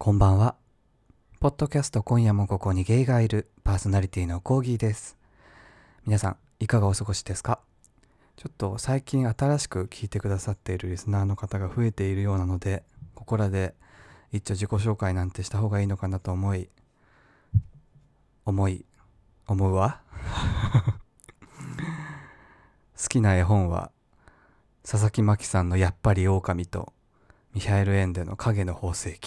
こんばんは。ポッドキャスト今夜もここにゲイがいるパーソナリティのコーギーです。皆さんいかがお過ごしですか？ちょっと最近新しく聞いてくださっているリスナーの方が増えているようなので、ここらで一丁自己紹介なんてした方がいいのかなと思うわ。好きな絵本は佐々木真希さんのやっぱり狼とミハエル・エンデの影の宝石。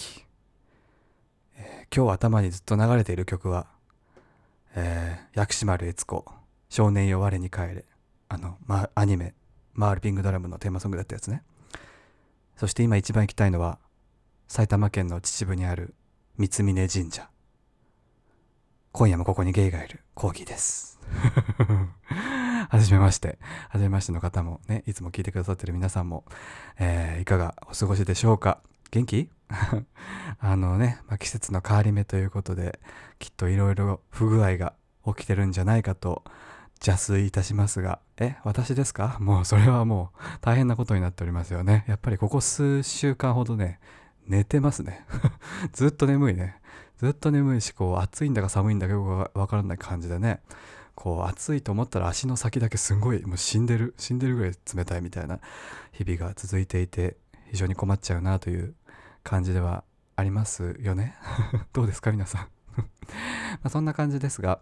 今日頭にずっと流れている曲は、薬師丸悦子少年よ我に帰れ、アニメマールピングドラムのテーマソングだったやつね。そして今一番行きたいのは埼玉県の秩父にある三峯神社。今夜もここにゲイがいるコーギーです。はじめましての方もね、いつも聞いてくださってる皆さんも、いかがお過ごしでしょうか？元気？季節の変わり目ということで、きっといろいろ不具合が起きてるんじゃないかと邪推いたしますが、私ですか？もうそれはもう大変なことになっておりますよね。やっぱりここ数週間ほどね、寝てますね。ずっと眠いね。ずっと眠いし、こう暑いんだか寒いんだかよくわからない感じでね、こう暑いと思ったら足の先だけすごいもう死んでるぐらい冷たいみたいな日々が続いていて、非常に困っちゃうなという感じではありますよね。どうですか皆さん？そんな感じですが、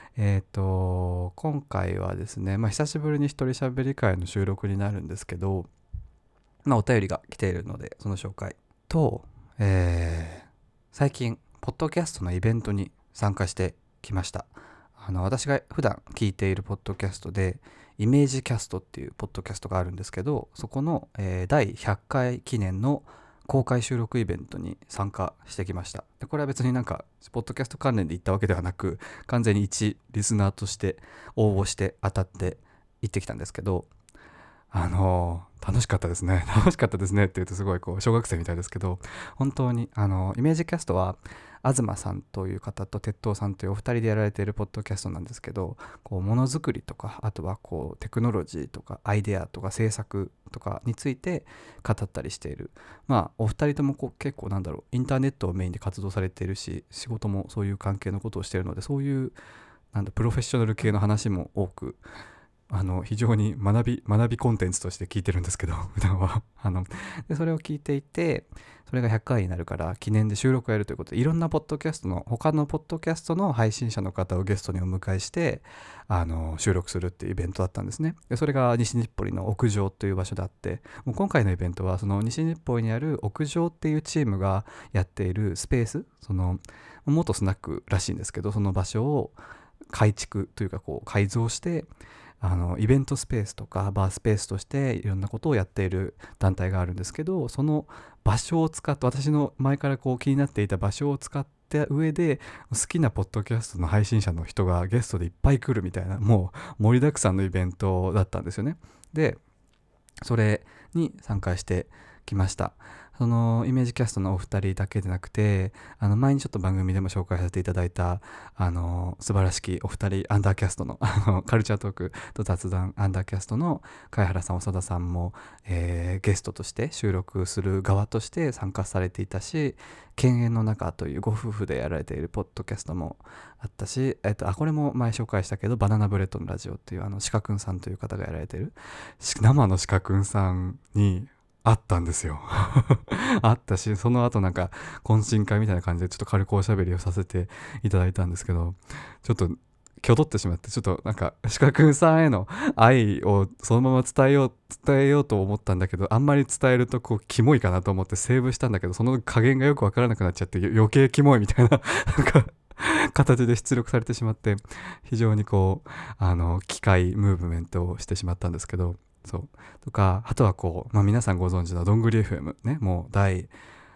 今回はですね、久しぶりに一人喋り会の収録になるんですけど、お便りが来ているのでその紹介と、最近ポッドキャストのイベントに参加してきました。私が普段聞いているポッドキャストでイメージキャストっていうポッドキャストがあるんですけど、そこの、第100回記念の公開収録イベントに参加してきました。でこれは別になんかポッドキャスト関連で行ったわけではなく、完全に一リスナーとして応募して当たって行ってきたんですけど、楽しかったですね。楽しかったですねって言うとすごいこう小学生みたいですけど、本当にイメージキャストは東さんという方と鉄塔さんというお二人でやられているポッドキャストなんですけど、こうものづくりとか、あとはこうテクノロジーとかアイデアとか制作とかについて語ったりしている、お二人ともこう結構インターネットをメインで活動されているし、仕事もそういう関係のことをしているので、そういうプロフェッショナル系の話も多く、非常に学びコンテンツとして聞いてるんですけど、普段はでそれを聞いていて、それが100回になるから記念で収録をやるということで、いろんな他のポッドキャストの配信者の方をゲストにお迎えして収録するっていうイベントだったんですね。でそれが西日暮里の屋上という場所であって、もう今回のイベントはその西日暮里にある屋上っていうチームがやっているスペース、その元スナックらしいんですけど、その場所を改築というかこう改造して、イベントスペースとかバースペースとしていろんなことをやっている団体があるんですけど、その場所を使って、私の前からこう気になっていた場所を使った上で、好きなポッドキャストの配信者の人がゲストでいっぱい来るみたいな、もう盛りだくさんのイベントだったんですよね。でそれに参加してきました。そのイメージキャストのお二人だけでなくて、前にちょっと番組でも紹介させていただいた素晴らしきお二人、アンダーキャストのカルチャートークと雑談アンダーキャストの貝原さん、長田さんも、ゲストとして収録する側として参加されていたし、犬猿の中というご夫婦でやられているポッドキャストもあったし、これも前紹介したけど、バナナブレッドのラジオっていうシカくんさんという方がやられている生のシカくんさんに会ったんですよ。あったし、その後懇親会みたいな感じでちょっと軽くおしゃべりをさせていただいたんですけど、ちょっと挙動ってしまって、ちょっとシカくんさんへの愛をそのまま伝えようと思ったんだけど、あんまり伝えるとこうキモいかなと思ってセーブしたんだけど、その加減がよくわからなくなっちゃって余計キモいみたいな形で出力されてしまって、非常にこう機械ムーブメントをしてしまったんですけど、そうとか、あとはこう、皆さんご存知のどんぐり FM ね、もう第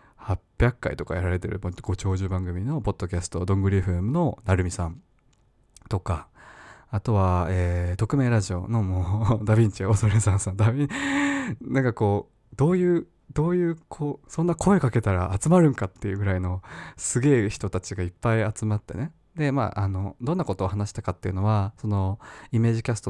800回とかやられてるご長寿番組のポッドキャストどんぐり FM のなるみさんとか、あとは、匿名ラジオのもうダヴィンチ恐れさんこうどういうこうそんな声かけたら集まるんかっていうぐらいのすげえ人たちがいっぱい集まってね。でどんなことを話したかっていうのは、そのイメージキャストの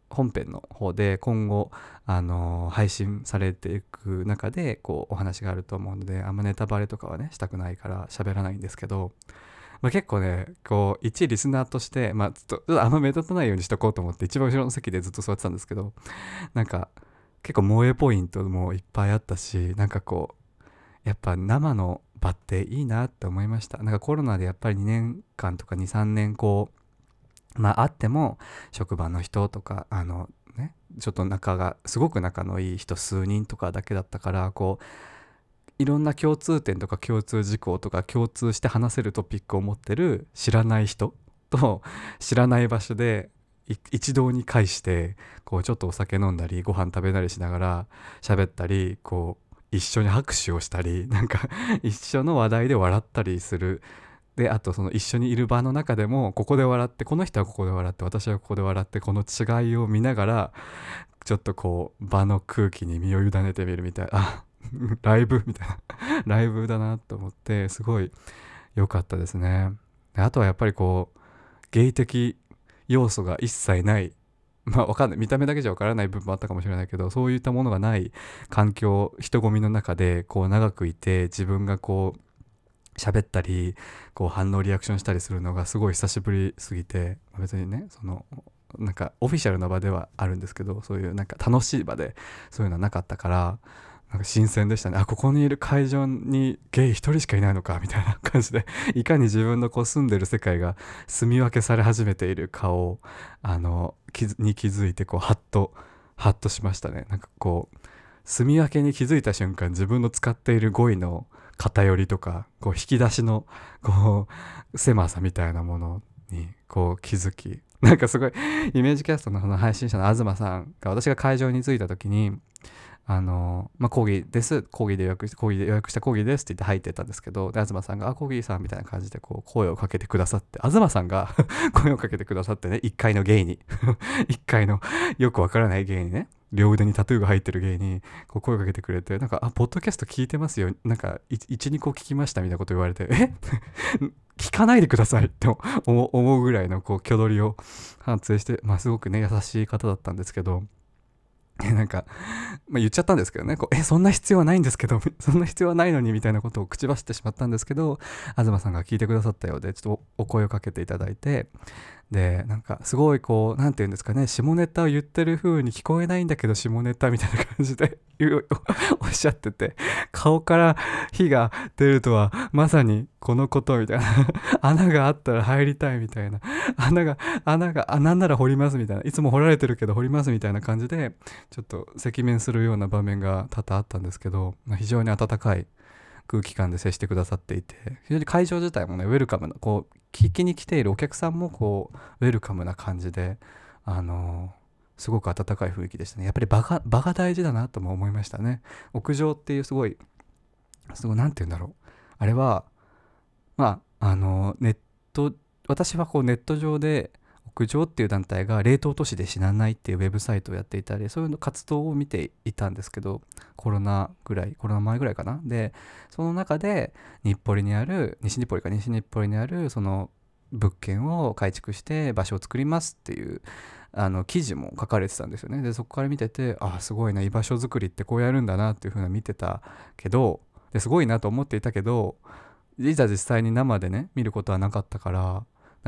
本編の方で今後配信されていく中でこうお話があると思うので、あんまネタバレとかはねしたくないから喋らないんですけど、結構ねこう一リスナーとして、ちょっとあんま目立たないようにしとこうと思って一番後ろの席でずっと座ってたんですけど、なんか結構萌えポイントもいっぱいあったし、なんかこうやっぱ生の場っていいなって思いました。なんかコロナでやっぱり2年間とか2、3年こうあっても職場の人とかねちょっとすごく仲のいい人数人とかだけだったから、こういろんな共通点とか共通事項とか共通して話せるトピックを持ってる知らない人と知らない場所で一堂に会してこうちょっとお酒飲んだりご飯食べたりしながら喋ったり、こう一緒に拍手をしたり、なんか一緒の話題で笑ったりする。であとその一緒にいる場の中でもここで笑って、この人はここで笑って私はここで笑って、この違いを見ながらちょっとこう場の空気に身を委ねてみるみたいなライブみたいなライブだなと思って、すごい良かったですね。あとはやっぱりこうゲイ的要素が一切ない、わかんない、見た目だけじゃわからない部分もあったかもしれないけど、そういったものがない環境、人混みの中でこう長くいて自分がこう喋ったりこう反応リアクションしたりするのがすごい久しぶりすぎて、別にねなんかオフィシャルな場ではあるんですけど、そういうなんか楽しい場でそういうのはなかったから、なんか新鮮でしたね。ここにいる会場にゲイ一人しかいないのかみたいな感じで、いかに自分のこう住んでる世界が住み分けされ始めているかをに気づいて、こうハッとしましたね。なんかこう住み分けに気づいた瞬間、自分の使っている語彙の偏りとかこう引き出しのこう狭さみたいなものにこう気づき、なんかすごいイメージキャストの配信者の東さんが、私が会場に着いた時に講義です、講義で予約した講義ですって言って入ってったんですけど、で東さんが講義さんみたいな感じでこう声をかけてくださって、東さんが声をかけてくださってね、1階のゲイに1階のよくわからないゲイにね、両腕にタトゥーが入ってるゲイにこう声をかけてくれて、なんかポッドキャスト聞いてますよ、なんか12個聞きましたみたいなこと言われて、聞かないでくださいって思うぐらいのこう挙取りを反省して、すごくね優しい方だったんですけど、なんか、言っちゃったんですけどね、そんな必要はないんですけどそんな必要はないのにみたいなことを口走ってしまったんですけど、東さんが聞いてくださったようで、ちょっとお声をかけていただいて、でなんかすごいこうなんていうんですかね、下ネタを言ってる風に聞こえないんだけど下ネタみたいな感じでおっしゃってて、顔から火が出るとはまさにこのことみたいな穴があったら入りたいみたいな、なんなら掘りますみたいな、いつも掘られてるけど掘りますみたいな感じでちょっと赤面するような場面が多々あったんですけど、非常に温かい空気感で接してくださっていて、非常に会場自体もねウェルカムな、こう聞きに来ているお客さんもこうウェルカムな感じで、すごく温かい雰囲気でしたね。やっぱり場が大事だなとも思いましたね。屋上っていうすごいなんて言うんだろう、あれはネット、私はこうネット上で屋上っていう団体が冷凍都市で死なないっていうウェブサイトをやっていたり、そういうの活動を見ていたんですけど、コロナ前ぐらいかな。でその中で西日暮里にあるその物件を改築して場所を作りますっていう記事も書かれてたんですよね。でそこから見てて、すごいな、居場所作りってこうやるんだなっていう風な見てたけど、ですごいなと思っていたけど、いざ実際に生でね見ることはなかったから、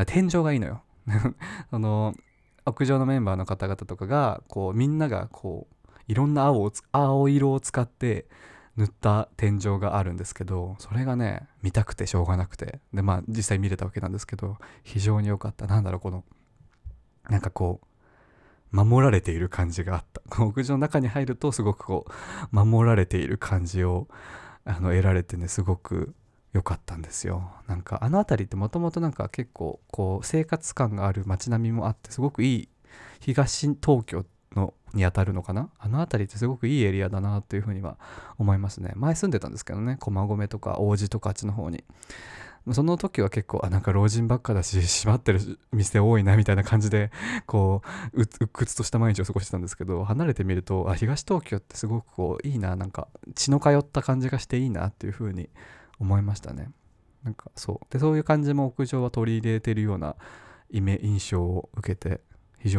天井がいいのよその屋上のメンバーの方々とかがこうみんながこういろんな青色を使って塗った天井があるんですけど、それがね見たくてしょうがなくて、で実際見れたわけなんですけど、非常に良かった。なんだろう、このなんかこう守られている感じがあった。この屋上の中に入るとすごくこう守られている感じを得られてね、すごく良かったんですよ。なんか辺りってもともとなんか結構こう生活感がある街並みもあって、すごくいい、東東京に当たるのかな、辺りってすごくいいエリアだなというふうには思いますね。前住んでたんですけどね、駒込とか王子とかあっちの方に。その時は結構なんか老人ばっかだし閉まってる店多いなみたいな感じでこう鬱屈とした毎日を過ごしてたんですけど、離れてみると東東京ってすごくこういいな、なんか血の通った感じがしていいなっていう風に思いましたね。なんかそういう感じも屋上は取り入れてるような印象を受けて、非常に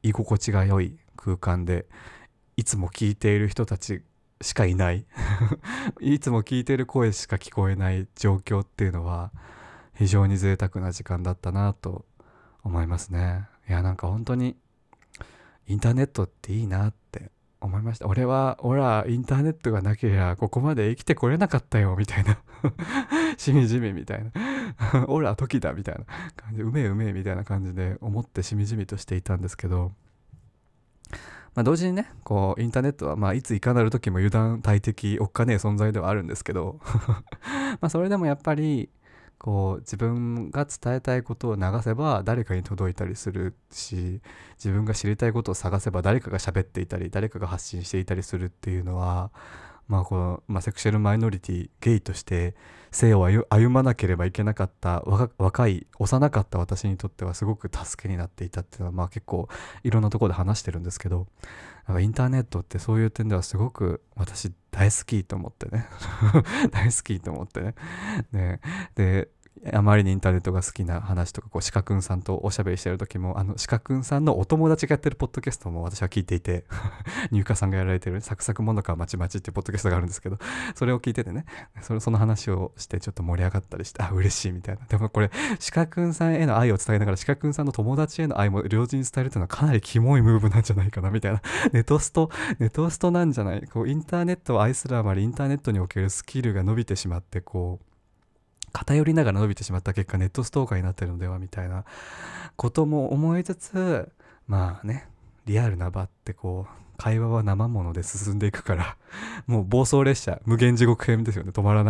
居心地が良い空間で、いつも聞いている人たちしかいないいつも聞いている声しか聞こえない状況っていうのは非常に贅沢な時間だったなと思いますね。いや、なんか本当にインターネットっていいなって思いました。俺はインターネットがなければここまで生きてこれなかったよみたいなしみじみみたいなオラ時だみたいな感じ、うめえうめえみたいな感じで思ってしみじみとしていたんですけど、同時にね、こうインターネットはいついかなる時も油断大敵おっかねえ存在ではあるんですけどそれでもやっぱりこう自分が伝えたいことを流せば誰かに届いたりするし、自分が知りたいことを探せば誰かが喋っていたり誰かが発信していたりするっていうのは、セクシュアルマイノリティゲイとして生を歩まなければいけなかった若い幼かった私にとってはすごく助けになっていたっていうのは、結構いろんなところで話してるんですけど、なんかインターネットってそういう点ではすごく私大好きと思ってね大好きと思ってね。であまりにインターネットが好きな話とか、こうシカくんさんとおしゃべりしてる時も、シカくんさんのお友達がやってるポッドキャストも私は聞いていて入荷さんがやられてるサクサクものかまちまちっていうポッドキャストがあるんですけど、それを聞いててね、その話をしてちょっと盛り上がったりして、嬉しいみたいな。でもこれシカくんさんへの愛を伝えながらシカくんさんの友達への愛も両時に伝えるっていうのはかなりキモいムーブなんじゃないかなみたいなネトストなんじゃない、こうインターネットを愛するあまりインターネットにおけるスキルが伸びてしまって、こう偏りながら伸びてしまった結果ネットストーカーになってるのではみたいなことも思いつつ、リアルな場ってこう会話は生もので進んでいくからもう暴走列車無限地獄編ですよね。止まら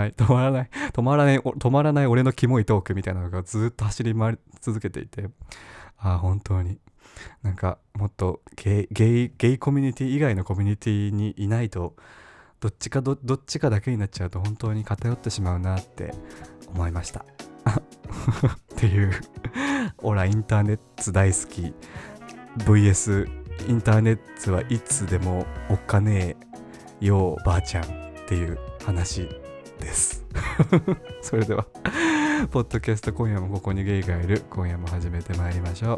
ない俺のキモいトークみたいなのがずっと走り回り続けていて、本当になんかもっとゲイコミュニティ以外のコミュニティにいないとどっちかだけになっちゃうと本当に偏ってしまうなって思いましたっていうオラインターネット大好き vs インターネットはいつでもおっかねえよばあちゃんっていう話ですそれではポッドキャスト、今夜もここにゲイがいる、今夜も始めてまいりましょう。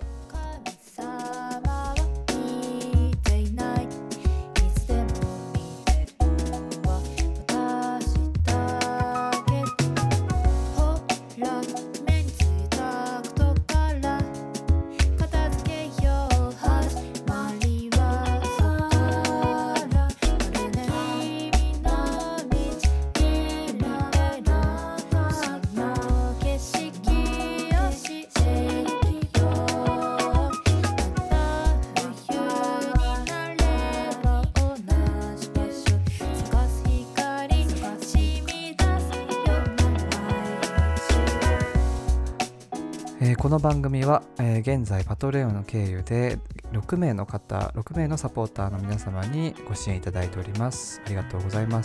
この番組は、現在パトレオンの経由で6名のサポーターの皆様にご支援いただいております。ありがとうございます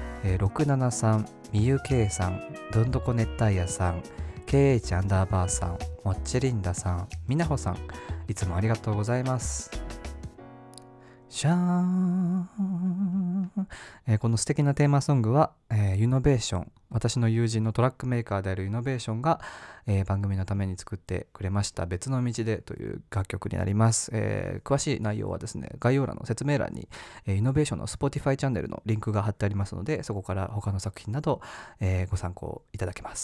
。67さん、みゆけいさん、どんどこ熱帯夜さん、KH アンダーバーさん、もっちりんださん、みなほさん、いつもありがとうございます。シャーン、この素敵なテーマソングは、ユノベーション、私の友人のトラックメーカーであるユノベーションが、番組のために作ってくれました別の道でという楽曲になります。詳しい内容はですね、概要欄の説明欄に、ユノベーションの Spotify チャンネルのリンクが貼ってありますので、そこから他の作品など、ご参考いただけます。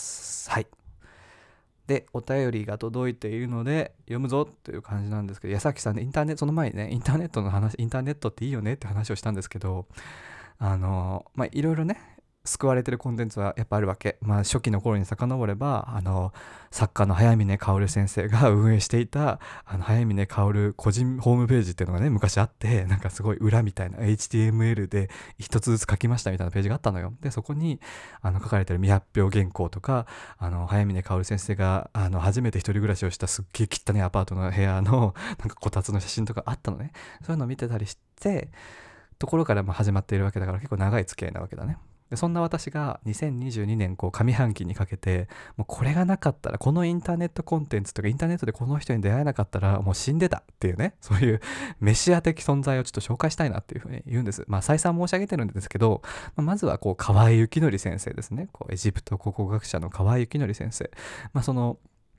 はい。で、お便りが届いているので読むぞという感じなんですけど、矢崎さんね、その前にね、インターネットの話、インターネットっていいよねって話をしたんですけど、いろいろね、救われてるコンテンツはやっぱあるわけ。初期の頃に遡れば、作家の早峰薫先生が運営していた早峰薫個人ホームページっていうのがね、昔あって、なんかすごい裏みたいな HTML で一つずつ書きましたみたいなページがあったのよ。でそこに書かれてる未発表原稿とか、早峰薫先生が初めて一人暮らしをしたすっげえ汚いアパートの部屋のなんかこたつの写真とかあったのね。そういうのを見てたりしてところから始まっているわけだから、結構長い付き合いなわけだね。でそんな私が2022年上半期にかけて、もうこれがなかったら、このインターネットコンテンツとかインターネットでこの人に出会えなかったらもう死んでたっていうね、そういうメシア的存在をちょっと紹介したいなっていうふうに言うんです。再三申し上げてるんですけど、まずは河合幸則先生ですね。エジプト考古学者の河合幸則先生。その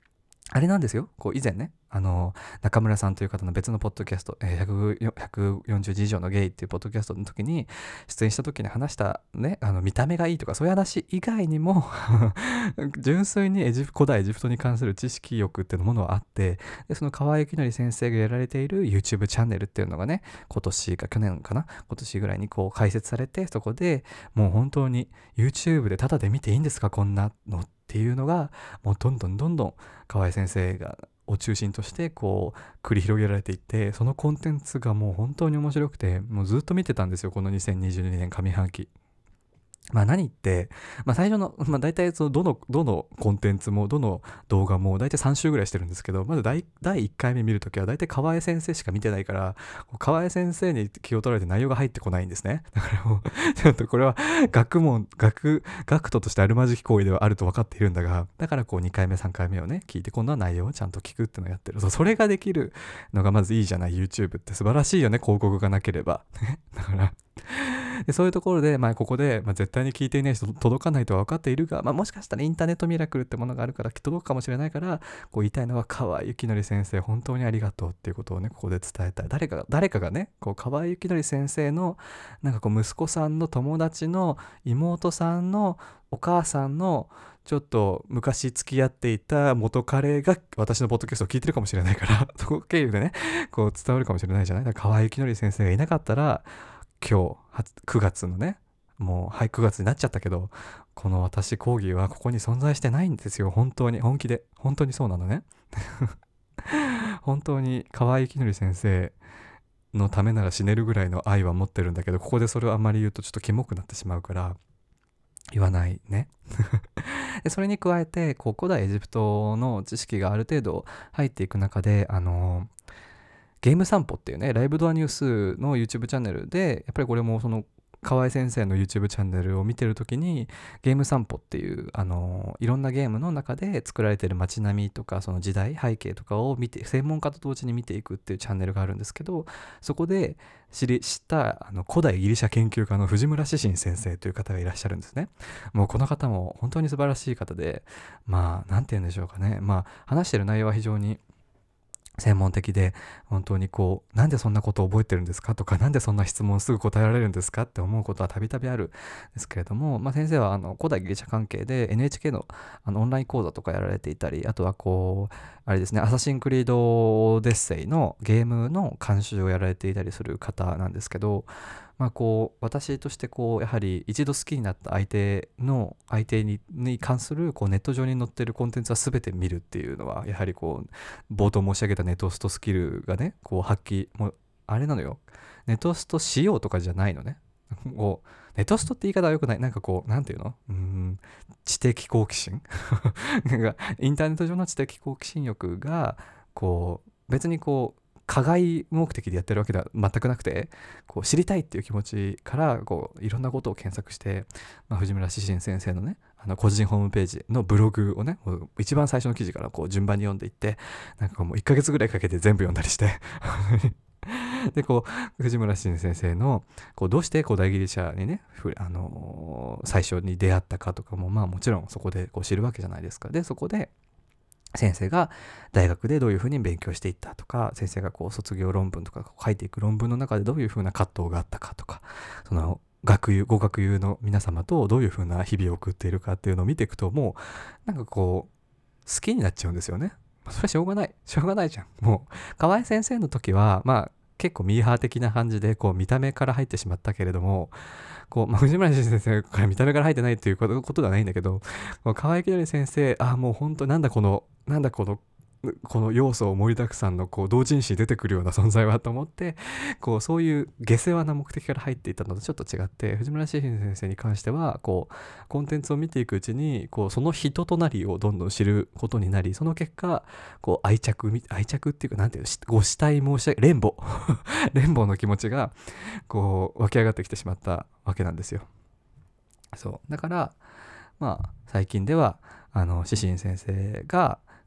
あれなんですよ。こう以前ね、中村さんという方の別のポッドキャスト、140字以上のゲイっていうポッドキャストの時に出演した時に話したね、見た目がいいとかそういう話以外にも純粋に古代エジプトに関する知識欲っていうものがあって、でその河合幸則先生がやられている YouTube チャンネルっていうのがね、去年かな、今年ぐらいにこう開設されて、そこでもう本当に YouTube でタダで見ていいんですかこんなのっていうのが、もうどんどん河合先生がを中心としてこう繰り広げられていって、そのコンテンツがもう本当に面白くて、もうずっと見てたんですよ、この2022年上半期。何って、最初の、大体そのどのコンテンツもどの動画も大体3週ぐらいしてるんですけど、まず第1回目見るときは大体河合先生しか見てないから、河合先生に気を取られて内容が入ってこないんですね。だからもうちょっとこれは学徒としてあるまじき行為ではあると分かっているんだが、だからこう2回目3回目をね聞いて、今度は内容をちゃんと聞くっていうのをやってる。それができるのがまずいいじゃない。 YouTube って素晴らしいよね、広告がなければだからでそういうところで、ここで、絶対に聞いていない人届かないとは分かっているが、もしかしたらインターネットミラクルってものがあるから届くかもしれないから、こう言いたいのは、河合幸則先生本当にありがとうっていうことをね、ここで伝えたい。誰かがね、こう河合幸則先生のなんかこう息子さんの友達の妹さんのお母さんのちょっと昔付き合っていた元彼が私のポッドキャストを聞いてるかもしれないから、そこ経由でね、こう伝わるかもしれないじゃない。だから河合幸則先生がいなかったら、今日9月のね、もうはい9月になっちゃったけど、この私コーギーはここに存在してないんですよ。本当に本気で、本当にそうなのね本当に河合幸則先生のためなら死ねるぐらいの愛は持ってるんだけど、ここでそれをあんまり言うとちょっとキモくなってしまうから言わないねでそれに加えて、こう古代エジプトの知識がある程度入っていく中で、ゲーム散歩っていうね、ライブドアニュースの YouTube チャンネルで、やっぱりこれもその河合先生の YouTube チャンネルを見てるときに、ゲーム散歩っていう、いろんなゲームの中で作られている街並みとか、その時代背景とかを見て、専門家と同時に見ていくっていうチャンネルがあるんですけど、そこで知った古代ギリシャ研究家の藤村志信先生という方がいらっしゃるんですね。もうこの方も本当に素晴らしい方で、なんて言うんでしょうかね。話してる内容は非常に専門的で、本当にこう、なんでそんなことを覚えてるんですかとか、なんでそんな質問すぐ答えられるんですかって思うことはたびたびあるんですけれども、先生は古代ギリシャ関係で NHK のオンライン講座とかやられていたり、あとはこう、あれですね、アサシンクリードオデッセイのゲームの監修をやられていたりする方なんですけど、こう私としてこうやはり一度好きになった相手に関するこうネット上に載っているコンテンツは全て見るっていうのは、やはりこう冒頭申し上げたネトストスキルがね、こう発揮、もうあれなのよ、ネトストしようとかじゃないのね。こうネトストって言い方は良くない。なんかこう、なんていうの、知的好奇心なんかインターネット上の知的好奇心欲がこう別にこう加害目的でやってるわけでは全くなくて、こう知りたいっていう気持ちからこういろんなことを検索して、藤村志信先生のね、個人ホームページのブログをね、一番最初の記事からこう順番に読んでいって、なんかもう1ヶ月ぐらいかけて全部読んだりしてでこう藤村志信先生のこうどうして古代ギリシャにね、最初に出会ったかとかももちろんそこでこう知るわけじゃないですか。でそこで先生が大学でどういうふうに勉強していったとか、先生がこう卒業論文とか書いていく論文の中でどういうふうな葛藤があったかとか、そのご学友の皆様とどういうふうな日々を送っているかっていうのを見ていくと、もうなんかこう好きになっちゃうんですよね。それはしょうがないじゃん。もう河合先生の時は結構ミーハー的な感じでこう見た目から入ってしまったけれども、こう、藤村先生から見た目から入ってないということではないんだけど、河合紀先生、もう本当なんだこの要素を盛りだくさんのこう同人誌に出てくるような存在はと思って、こうそういう下世話な目的から入っていったのとちょっと違って、藤村志信先生に関してはこうコンテンツを見ていくうちにこうその人となりをどんどん知ることになり、その結果こう愛着っていうか、なんていうの、ご死体申し上げ連母の気持ちがこう湧き上がってきてしまったわけなんですよ。そうだから最近では志信先生が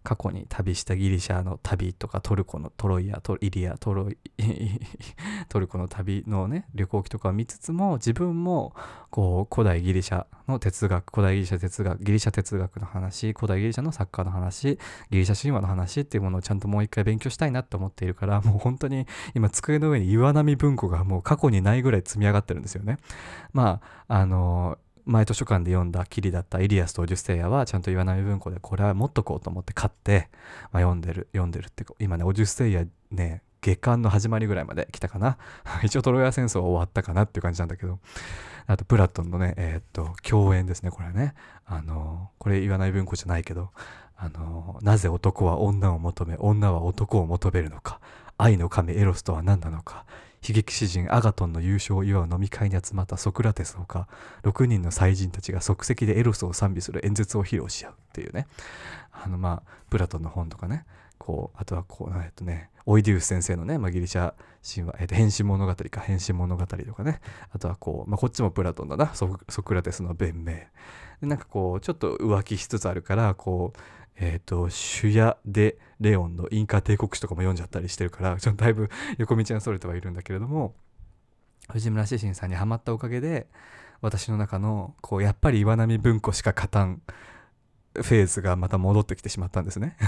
過去に旅したギリシャの旅とかトルコのトロイアイリアトルコの旅のね旅行記とかを見つつも、自分もこう古代ギリシャの哲学、古代ギリシャ哲学、ギリシャ哲学の話、古代ギリシャのサッカーの話、ギリシャ神話の話っていうものをちゃんともう一回勉強したいなと思っているから、もう本当に今机の上に岩波文庫がもう過去にないぐらい積み上がってるんですよね。まあ前図書館で読んだきりだったイリアスとオデュッセイアはちゃんと岩波文庫でこれは持っとこうと思って買って、読んでるって今ねオデュッセイアね下巻の始まりぐらいまで来たかな一応トロイア戦争終わったかなっていう感じなんだけど、あとプラトンのね共演ですね。これねこれ岩波文庫じゃないけどなぜ男は女を求め女は男を求めるのか、愛の神エロスとは何なのか、悲劇詩人アガトンの優勝を祝う飲み会に集まったソクラテスほか6人の祭人たちが即席でエロスを賛美する演説を披露し合うっていうね、プラトンの本とかね、こうあとはこうオイディウス先生のね、ギリシャ神話、変身物語とかね、あとはこう、こっちもプラトンだな、ソクラテスの弁明で、なんかこうちょっと浮気しつつあるからこうシュヤ・デ・レオンのインカ帝国史とかも読んじゃったりしてるから、ちょっとだいぶ横道がそれてはいるんだけれども、藤村志信さんにハマったおかげで私の中のこうやっぱり岩波文庫しか勝たんフェーズがまた戻ってきてしまったんですね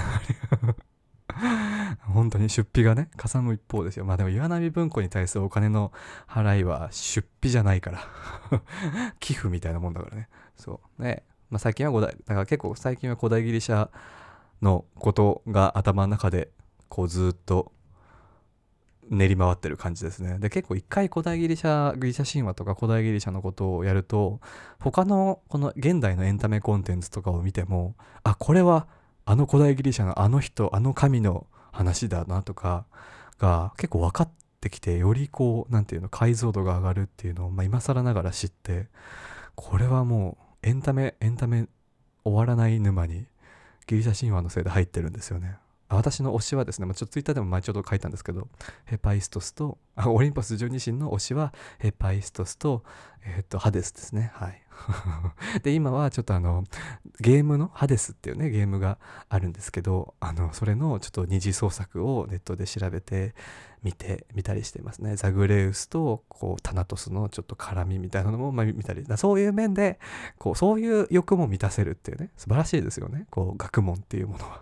本当に出費がねかさむ一方ですよ。でも岩波文庫に対するお金の払いは出費じゃないから寄付みたいなもんだからね。そうね、最近はだから結構最近は古代ギリシャのことが頭の中でこうずっと練り回ってる感じですね。で結構一回古代ギリシャ神話とか古代ギリシャのことをやると、他のこの現代のエンタメコンテンツとかを見ても、これはあの古代ギリシャのあの人あの神の話だなとかが結構分かってきて、よりこうなんていうの解像度が上がるっていうのを、今更ながら知って、これはもうエンタメ終わらない沼にギリシャ神話のせいで入ってるんですよね。私の推しはですね、ちょっとツイッターでも前ちょっと書いたんですけど、ヘパイストスとオリンポス十二神の推しはヘパイストスと、ハデスですね。はいで今はちょっとゲームのハデスっていうねゲームがあるんですけど、それのちょっと二次創作をネットで調べて見たりしていますね。ザグレウスとこうタナトスのちょっと絡みみたいなのも見たり、そういう面でこうそういう欲も満たせるっていうね、素晴らしいですよね、こう学問っていうものは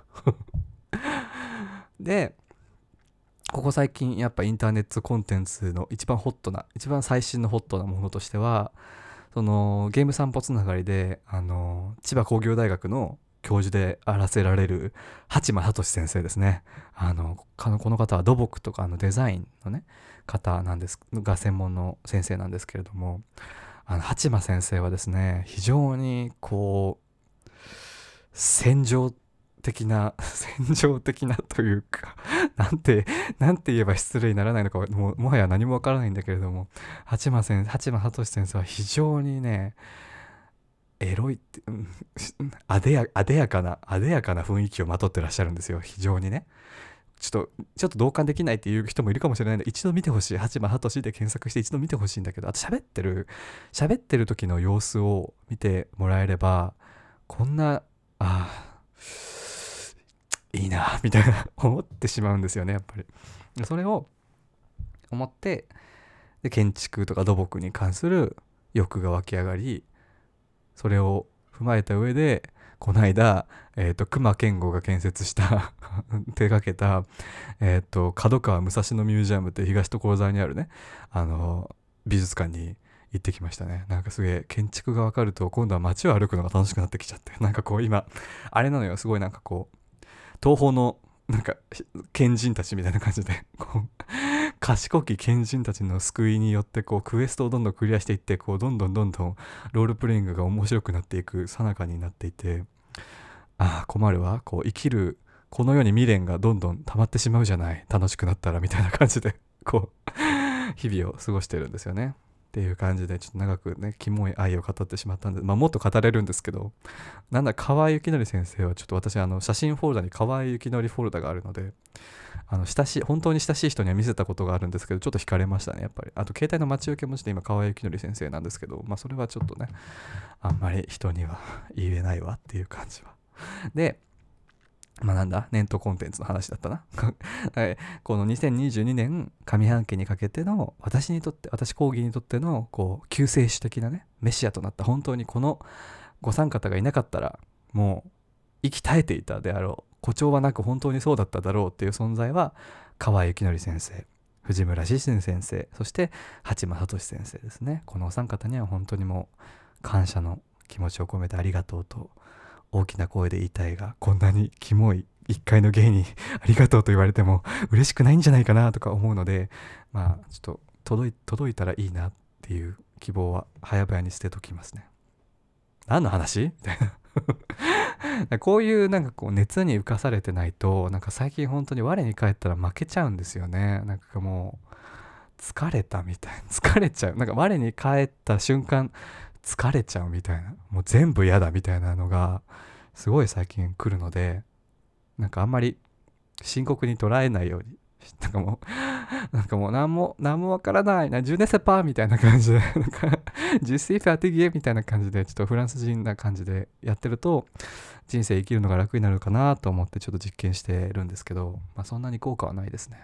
でここ最近やっぱインターネットコンテンツの一番最新のホットなものとしては、そのゲーム散歩つながりで千葉工業大学の教授であらせられる八間聡先生ですね。この方は土木とかデザインのね方なんですが専門の先生なんですけれども、八間先生はですね非常にこう戦場的なというかなんて言えば失礼にならないのかもはや何もわからないんだけれども、八間聡先生は非常にねエロいってあでやかな雰囲気をまとってらっしゃるんですよ。非常にねちょっと同感できないっていう人もいるかもしれないので、一度見てほしい。八間聡で検索して一度見てほしいんだけど、あと喋ってる時の様子を見てもらえれば、こんないいなみたいな思ってしまうんですよね。やっぱりそれを思って、で建築とか土木に関する欲が湧き上がり、それを踏まえた上でこの間隈研吾が建設した手掛けた角川武蔵野ミュージアムって東所沢にあるね美術館に行ってきましたね。なんかすげえ建築が分かると今度は街を歩くのが楽しくなってきちゃって、なんかこう今あれなのよ、すごいなんかこう東方のなんか賢人たちみたいな感じでこう賢き賢人たちの救いによってこうクエストをどんどんクリアしていって、こうどんどんロールプレイングが面白くなっていく最中になっていて、困るわ、こう生きるこの世に未練がどんどん溜まってしまうじゃない、楽しくなったらみたいな感じでこう日々を過ごしてるんですよね。っていう感じでちょっと長くねキモい愛を語ってしまったんで、もっと語れるんですけど、河合幸則先生はちょっと私写真フォルダに河合幸則フォルダがあるので本当に親しい人には見せたことがあるんですけど、ちょっと惹かれましたねやっぱり。あと携帯の待ち受けもして今河合幸則先生なんですけど、それはちょっとねあんまり人には言えないわっていう感じは。でなんだネットコンテンツの話だったなはい、この2022年上半期にかけての私コーギーにとってのこう救世主的なねメシアとなった、本当にこのご三方がいなかったらもう息絶えていたであろう、誇張はなく本当にそうだっただろうっていう存在は河合幸則先生、藤村志信先生、そして八間聡先生ですね。このお三方には本当にもう感謝の気持ちを込めてありがとうと大きな声で言いたいが、こんなにキモい一階の芸にありがとうと言われても嬉しくないんじゃないかなとか思うので、ちょっと届いたらいいなっていう希望は早々に捨てときますね。何の話みたいなこういうなんかこう熱に浮かされてないと、なんか最近本当に我に返ったら負けちゃうんですよね。なんかもう疲れたみたいな、疲れちゃう、なんか我に返った瞬間疲れちゃうみたいな、もう全部嫌だみたいなのがすごい最近来るので、なんかあんまり深刻に捉えないように、なんかもう何もわからないな、ジュネセパーみたいな感じで、なんかジュシーファティギエみたいな感じで、ちょっとフランス人な感じでやってると人生生きるのが楽になるかなと思ってちょっと実験してるんですけど、そんなに効果はないですね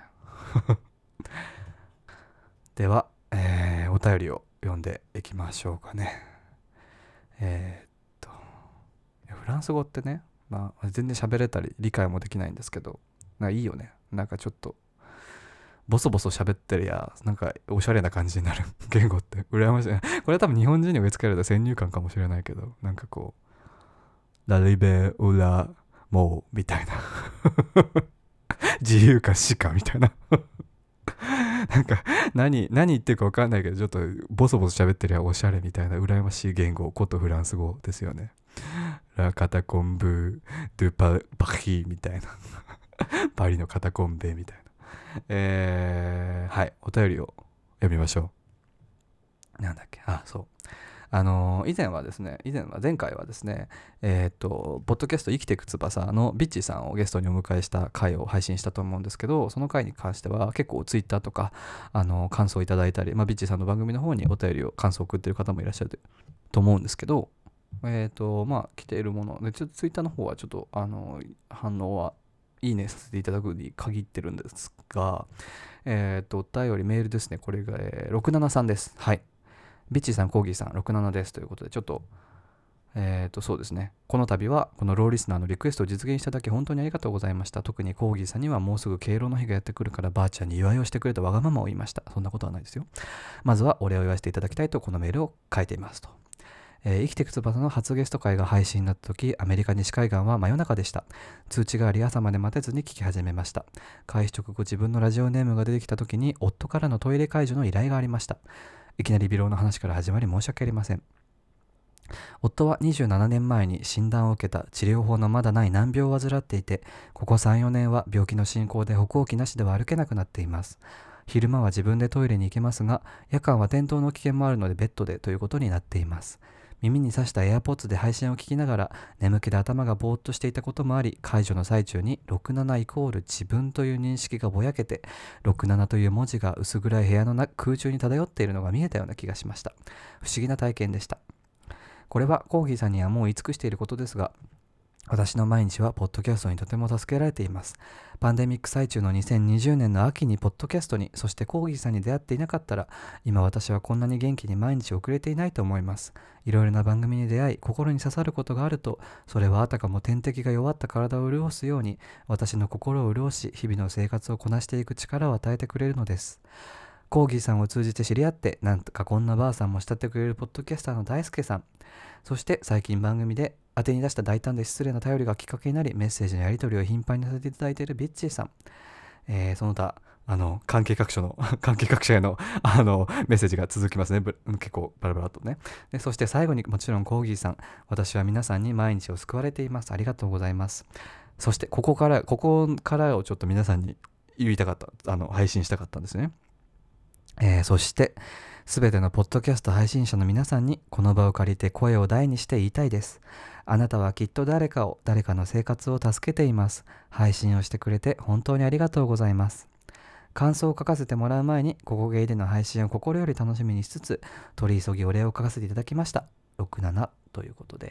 では、お便りを読んでいきましょうかね。えーっとフランス語ってね、全然喋れたり理解もできないんですけど、いいよね。なんかちょっとボソボソ喋ってるや、なんかおしゃれな感じになる言語って羨ましい。これは多分日本人に植え付けられた先入観かもしれないけど、なんかこうラリベウラモーみたいな自由か死かみたいななんか何言ってるか分かんないけど、ちょっとボソボソ喋ってりゃおしゃれみたいな羨ましい言語ことフランス語ですよね。ラカタコンブドゥパリみたいなパリのカタコンベみたいな。はい、お便りを読みましょう。なんだっけ、そう。前回はですね、ポッドキャスト生きていく翼のビッチーさんをゲストにお迎えした回を配信したと思うんですけど、その回に関しては結構ツイッターとか感想いただいたり、ビッチーさんの番組の方にお便りを感想を送っている方もいらっしゃると思うんですけど、来ているもので、ちょっとツイッターの方はちょっと反応はいいねさせていただくに限ってるんですが、お便りメールですね。これが、673です。はい。ビッチーさん、コーギーさん、67ですということで、ちょっと、そうですね。この度は、このローリスナーのリクエストを実現しただけ本当にありがとうございました。特にコーギーさんにはもうすぐ敬老の日がやってくるから、ばあちゃんに祝いをしてくれたわがままを言いました。そんなことはないですよ。まずはお礼を言わせていただきたいと、このメールを書いていますと。生きてく翼の初ゲスト会が配信になった時、アメリカ西海岸は真夜中でした。通知があり朝まで待てずに聞き始めました。開始直後、自分のラジオネームが出てきた時に夫からのトイレ介助の依頼がありました。いきなり微量の話から始まり申し訳ありません。夫は27年前に診断を受けた治療法のまだない難病を患っていて、ここ3、4年は病気の進行で歩行器なしでは歩けなくなっています。昼間は自分でトイレに行けますが、夜間は転倒の危険もあるのでベッドでということになっています。耳に挿した AirPods で配信を聞きながら眠気で頭がぼーっとしていたこともあり、解除の最中に67イコール自分という認識がぼやけて、67という文字が薄暗い部屋の空中に漂っているのが見えたような気がしました。不思議な体験でした。これはコーギーさんにはもう言い尽くしていることですが、私の毎日はポッドキャストにとても助けられています。パンデミック最中の2020年の秋にポッドキャストに、そしてコーギーさんに出会っていなかったら、今私はこんなに元気に毎日遅れていないと思います。いろいろな番組に出会い、心に刺さることがあると、それはあたかも天敵が弱った体を潤すように、私の心を潤し、日々の生活をこなしていく力を与えてくれるのです。コーギーさんを通じて知り合って、なんとかこんなばあさんも慕ってくれるポッドキャスターの大輔さん、そして最近番組で当てに出した大胆で失礼な頼りがきっかけになり、メッセージのやり取りを頻繁にさせていただいているビッチーさん、その他関係各所の関係各社へのメッセージが続きますね。結構バラバラとね。でそして最後にもちろんコーギーさん、私は皆さんに毎日を救われています。ありがとうございます。そしてここからをちょっと皆さんに言いたかった、配信したかったんですね。そしてすべてのポッドキャスト配信者の皆さんにこの場を借りて声を大にして言いたいです。あなたはきっと誰かの生活を助けています。配信をしてくれて本当にありがとうございます。感想を書かせてもらう前に、ここゲイでの配信を心より楽しみにしつつ、取り急ぎお礼を書かせていただきました。67ということで、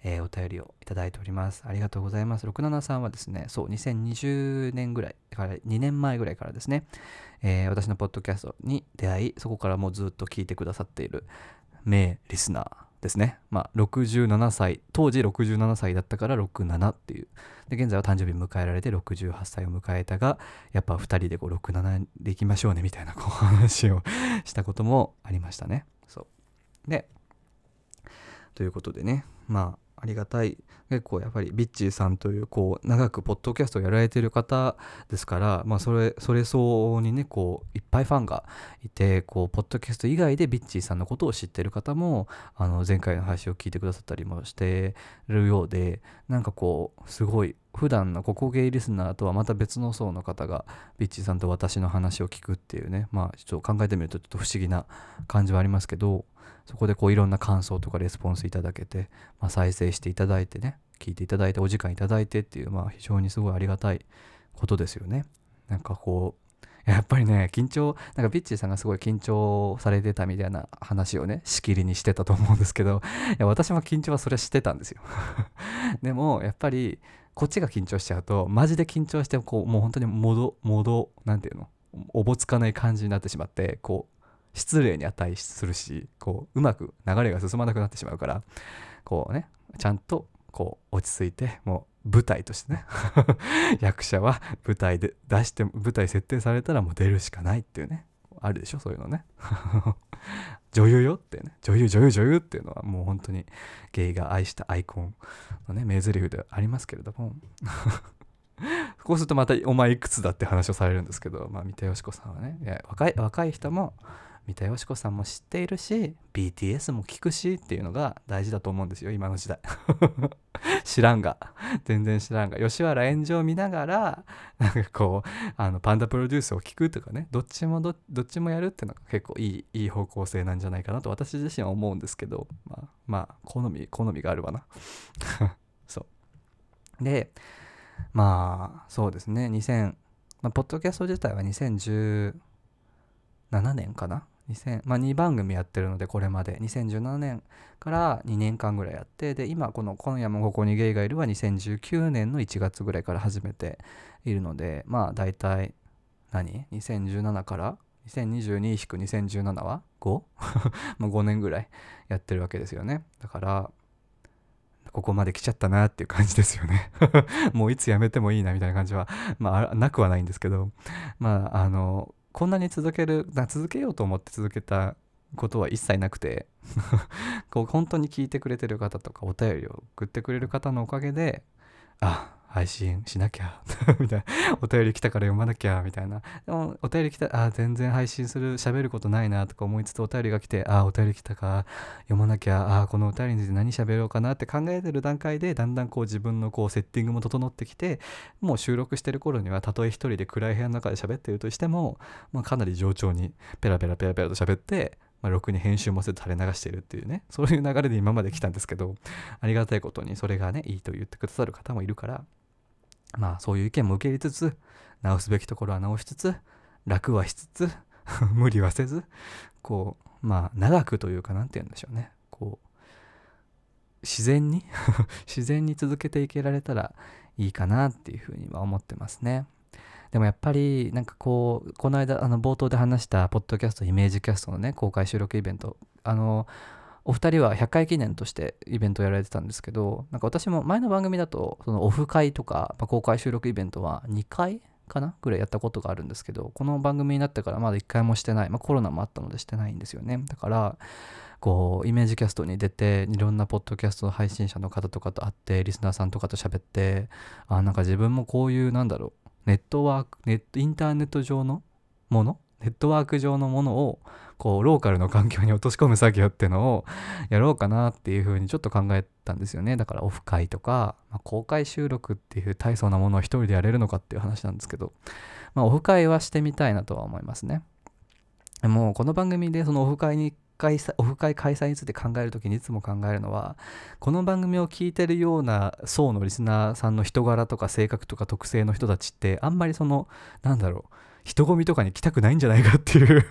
お便りをいただいております。ありがとうございます。67さんはですね、そう、2020年ぐらいから2年前ぐらいからですね、私のポッドキャストに出会い、そこからもうずっと聞いてくださっている名リスナーですね。67歳、当時67歳だったから67っていう。で、現在は誕生日迎えられて68歳を迎えたが、やっぱ2人で67でいきましょうねみたいな話をしたこともありましたね。そう。で、ということでね、ありがたい。結構やっぱりビッチーさんという長くポッドキャストをやられている方ですから、それ相応にねいっぱいファンがいて、ポッドキャスト以外でビッチーさんのことを知っている方も前回の配信を聞いてくださったりもしてるようで、すごい普段のココゲイリスナーとはまた別の層の方がビッチーさんと私の話を聞くっていうね、ちょっと考えてみるとちょっと不思議な感じはありますけど、そこでいろんな感想とかレスポンスいただけて、再生していただいてね、聞いていただいてお時間いただいてっていう、非常にすごいありがたいことですよね。やっぱりね、ビッチーさんがすごい緊張されてたみたいな話をね、しきりにしてたと思うんですけど、私も緊張はそれはしてたんですよ。でも、やっぱり、こっちが緊張しちゃうと、マジで緊張して、もう本当になんていうの、おぼつかない感じになってしまって、失礼に値するし、うまく流れが進まなくなってしまうから、ちゃんと落ち着いて、もう舞台としてね役者は舞台で舞台設定されたらもう出るしかないっていうね、あるでしょ、そういうのね女優よってね、女優っていうのはもう本当にゲイが愛したアイコンのね、名台詞ではありますけれどもこうするとまたお前いくつだって話をされるんですけど、三田佳子さんはね、いや若い人も三田佳子さんも知っているし BTS も聞くしっていうのが大事だと思うんですよ、今の時代全然知らんが吉原炎上を見ながらパンダプロデュースを聞くとかね、どっちもやるっていうのが結構いい方向性なんじゃないかなと私自身は思うんですけど、好みがあるわなそうで、そうですね、ポッドキャスト自体は2017年かな、2番組やってるので、これまで2017年から2年間ぐらいやって、で今この今夜もここにゲイがいるは2019年の1月ぐらいから始めているので、だいたい2017から2022-2017は 5? もう5年ぐらいやってるわけですよね。だからここまで来ちゃったなっていう感じですよねもういつやめてもいいなみたいな感じはなくはないんですけど、こんなに続けようと思って続けたことは一切なくて本当に聞いてくれてる方とかお便りを送ってくれる方のおかげで、配信しなきゃみたいな、お便り来たから読まなきゃみたいな、でもお便り来た全然配信喋ることないなとか思いつつ、お便りが来てお便り来たか読まなきゃ、このお便りについて何喋ろうかなって考えてる段階で、だんだん自分のセッティングも整ってきて、もう収録してる頃にはたとえ一人で暗い部屋の中で喋ってるとしても、かなり冗長にペラペラと喋って、ろくに編集もせず垂れ流しているっていうね、そういう流れで今まで来たんですけど、ありがたいことにそれがね、いいと言ってくださる方もいるから、そういう意見も受け入れつつ、直すべきところは直しつつ、楽はしつつ無理はせず、長くというか、なんて言うんでしょうね、自然に続けていけられたらいいかなっていうふうには思ってますね。でもやっぱりこの間冒頭で話したポッドキャストイメージキャストのね、公開収録イベント、お二人は100回記念としてイベントをやられてたんですけど、私も前の番組だとそのオフ会とか、公開収録イベントは2回かなぐらいやったことがあるんですけど、この番組になってからまだ1回もしてない、コロナもあったのでしてないんですよね。だからイメージキャストに出て、いろんなポッドキャストの配信者の方とかと会って、リスナーさんとかと喋って、自分もこういうインターネット上のもの、ネットワーク上のものをローカルの環境に落とし込む作業っていうのをやろうかなっていうふうにちょっと考えたんですよね。だからオフ会とか、公開収録っていう大層なものを一人でやれるのかっていう話なんですけど、オフ会はしてみたいなとは思いますね。もうこの番組でそのオフ会開催について考えるときにいつも考えるのは、この番組を聞いてるような層のリスナーさんの人柄とか性格とか特性の人たちって、あんまり人混みとかに来たくないんじゃないかっていう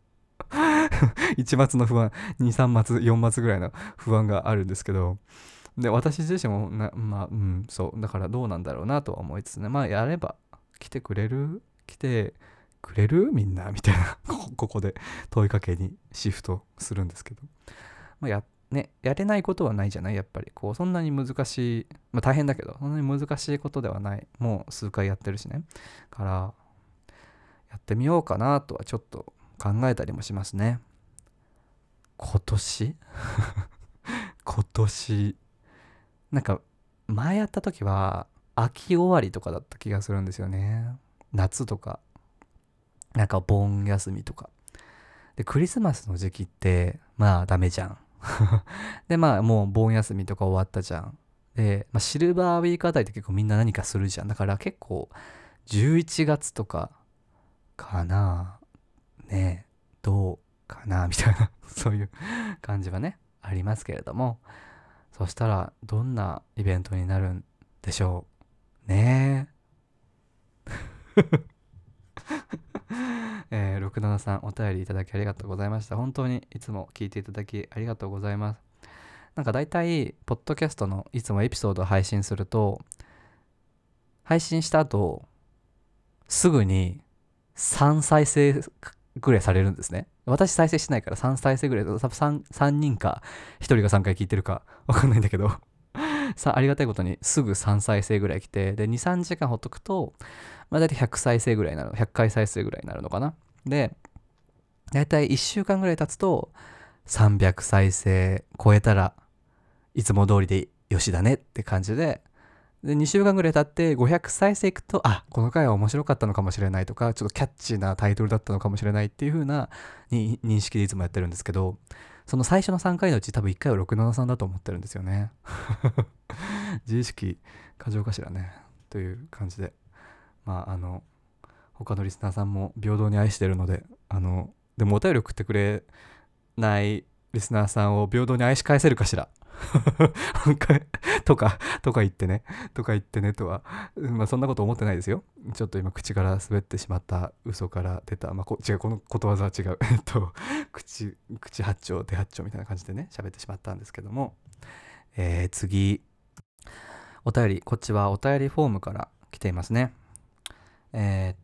一末の不安、2、3末、4末ぐらいの不安があるんですけど、 で、私自身もそうだからどうなんだろうなとは思いつつね、やれば来てくれるみんなみたいなここで問いかけにシフトするんですけど、やれないことはないじゃない、やっぱりこうそんなに難しい、大変だけどそんなに難しいことではない、もう数回やってるしね、からやってみようかなとはちょっと考えたりもしますね。今年なんか前やった時は秋終わりとかだった気がするんですよね。夏とかなんか盆休みとかで、クリスマスの時期ってダメじゃんでもう盆休みとか終わったじゃん。で、シルバーウィークあたりって結構みんな何かするじゃん。だから結構11月とかかな、ねえどうかなみたいなそういう感じはねありますけれども、そしたらどんなイベントになるんでしょうね。67さんお便りいただきありがとうございました。本当にいつも聞いていただきありがとうございます。なんか大体ポッドキャストのいつもエピソードを配信すると、配信した後すぐに3再生ぐらいされるんですね。私再生しないから3再生ぐらい、多分 3人か1人が3回聞いてるか分かんないんだけどありがたいことにすぐ3再生ぐらい来て、で 2,3 時間ほっとくと大体100再生ぐらいになる、100回再生ぐらいになるのかな。で大体1週間ぐらい経つと300再生超えたらいつも通りでよしだねって感じで、2週間ぐらい経って500再生いくと、この回は面白かったのかもしれないとか、ちょっとキャッチーなタイトルだったのかもしれないっていう風な認識でいつもやってるんですけど、その最初の3回のうち多分1回は673だと思ってるんですよね自意識過剰かしらねという感じで、他のリスナーさんも平等に愛してるので、でもお便り送ってくれないリスナーさんを平等に愛し返せるかしらとか言ってねとは、そんなこと思ってないですよ。ちょっと今口から滑ってしまった嘘から出た、違う、このことわざは違う口八丁手八丁みたいな感じでね喋ってしまったんですけども、次お便り、こっちはお便りフォームから来ていますね。はい、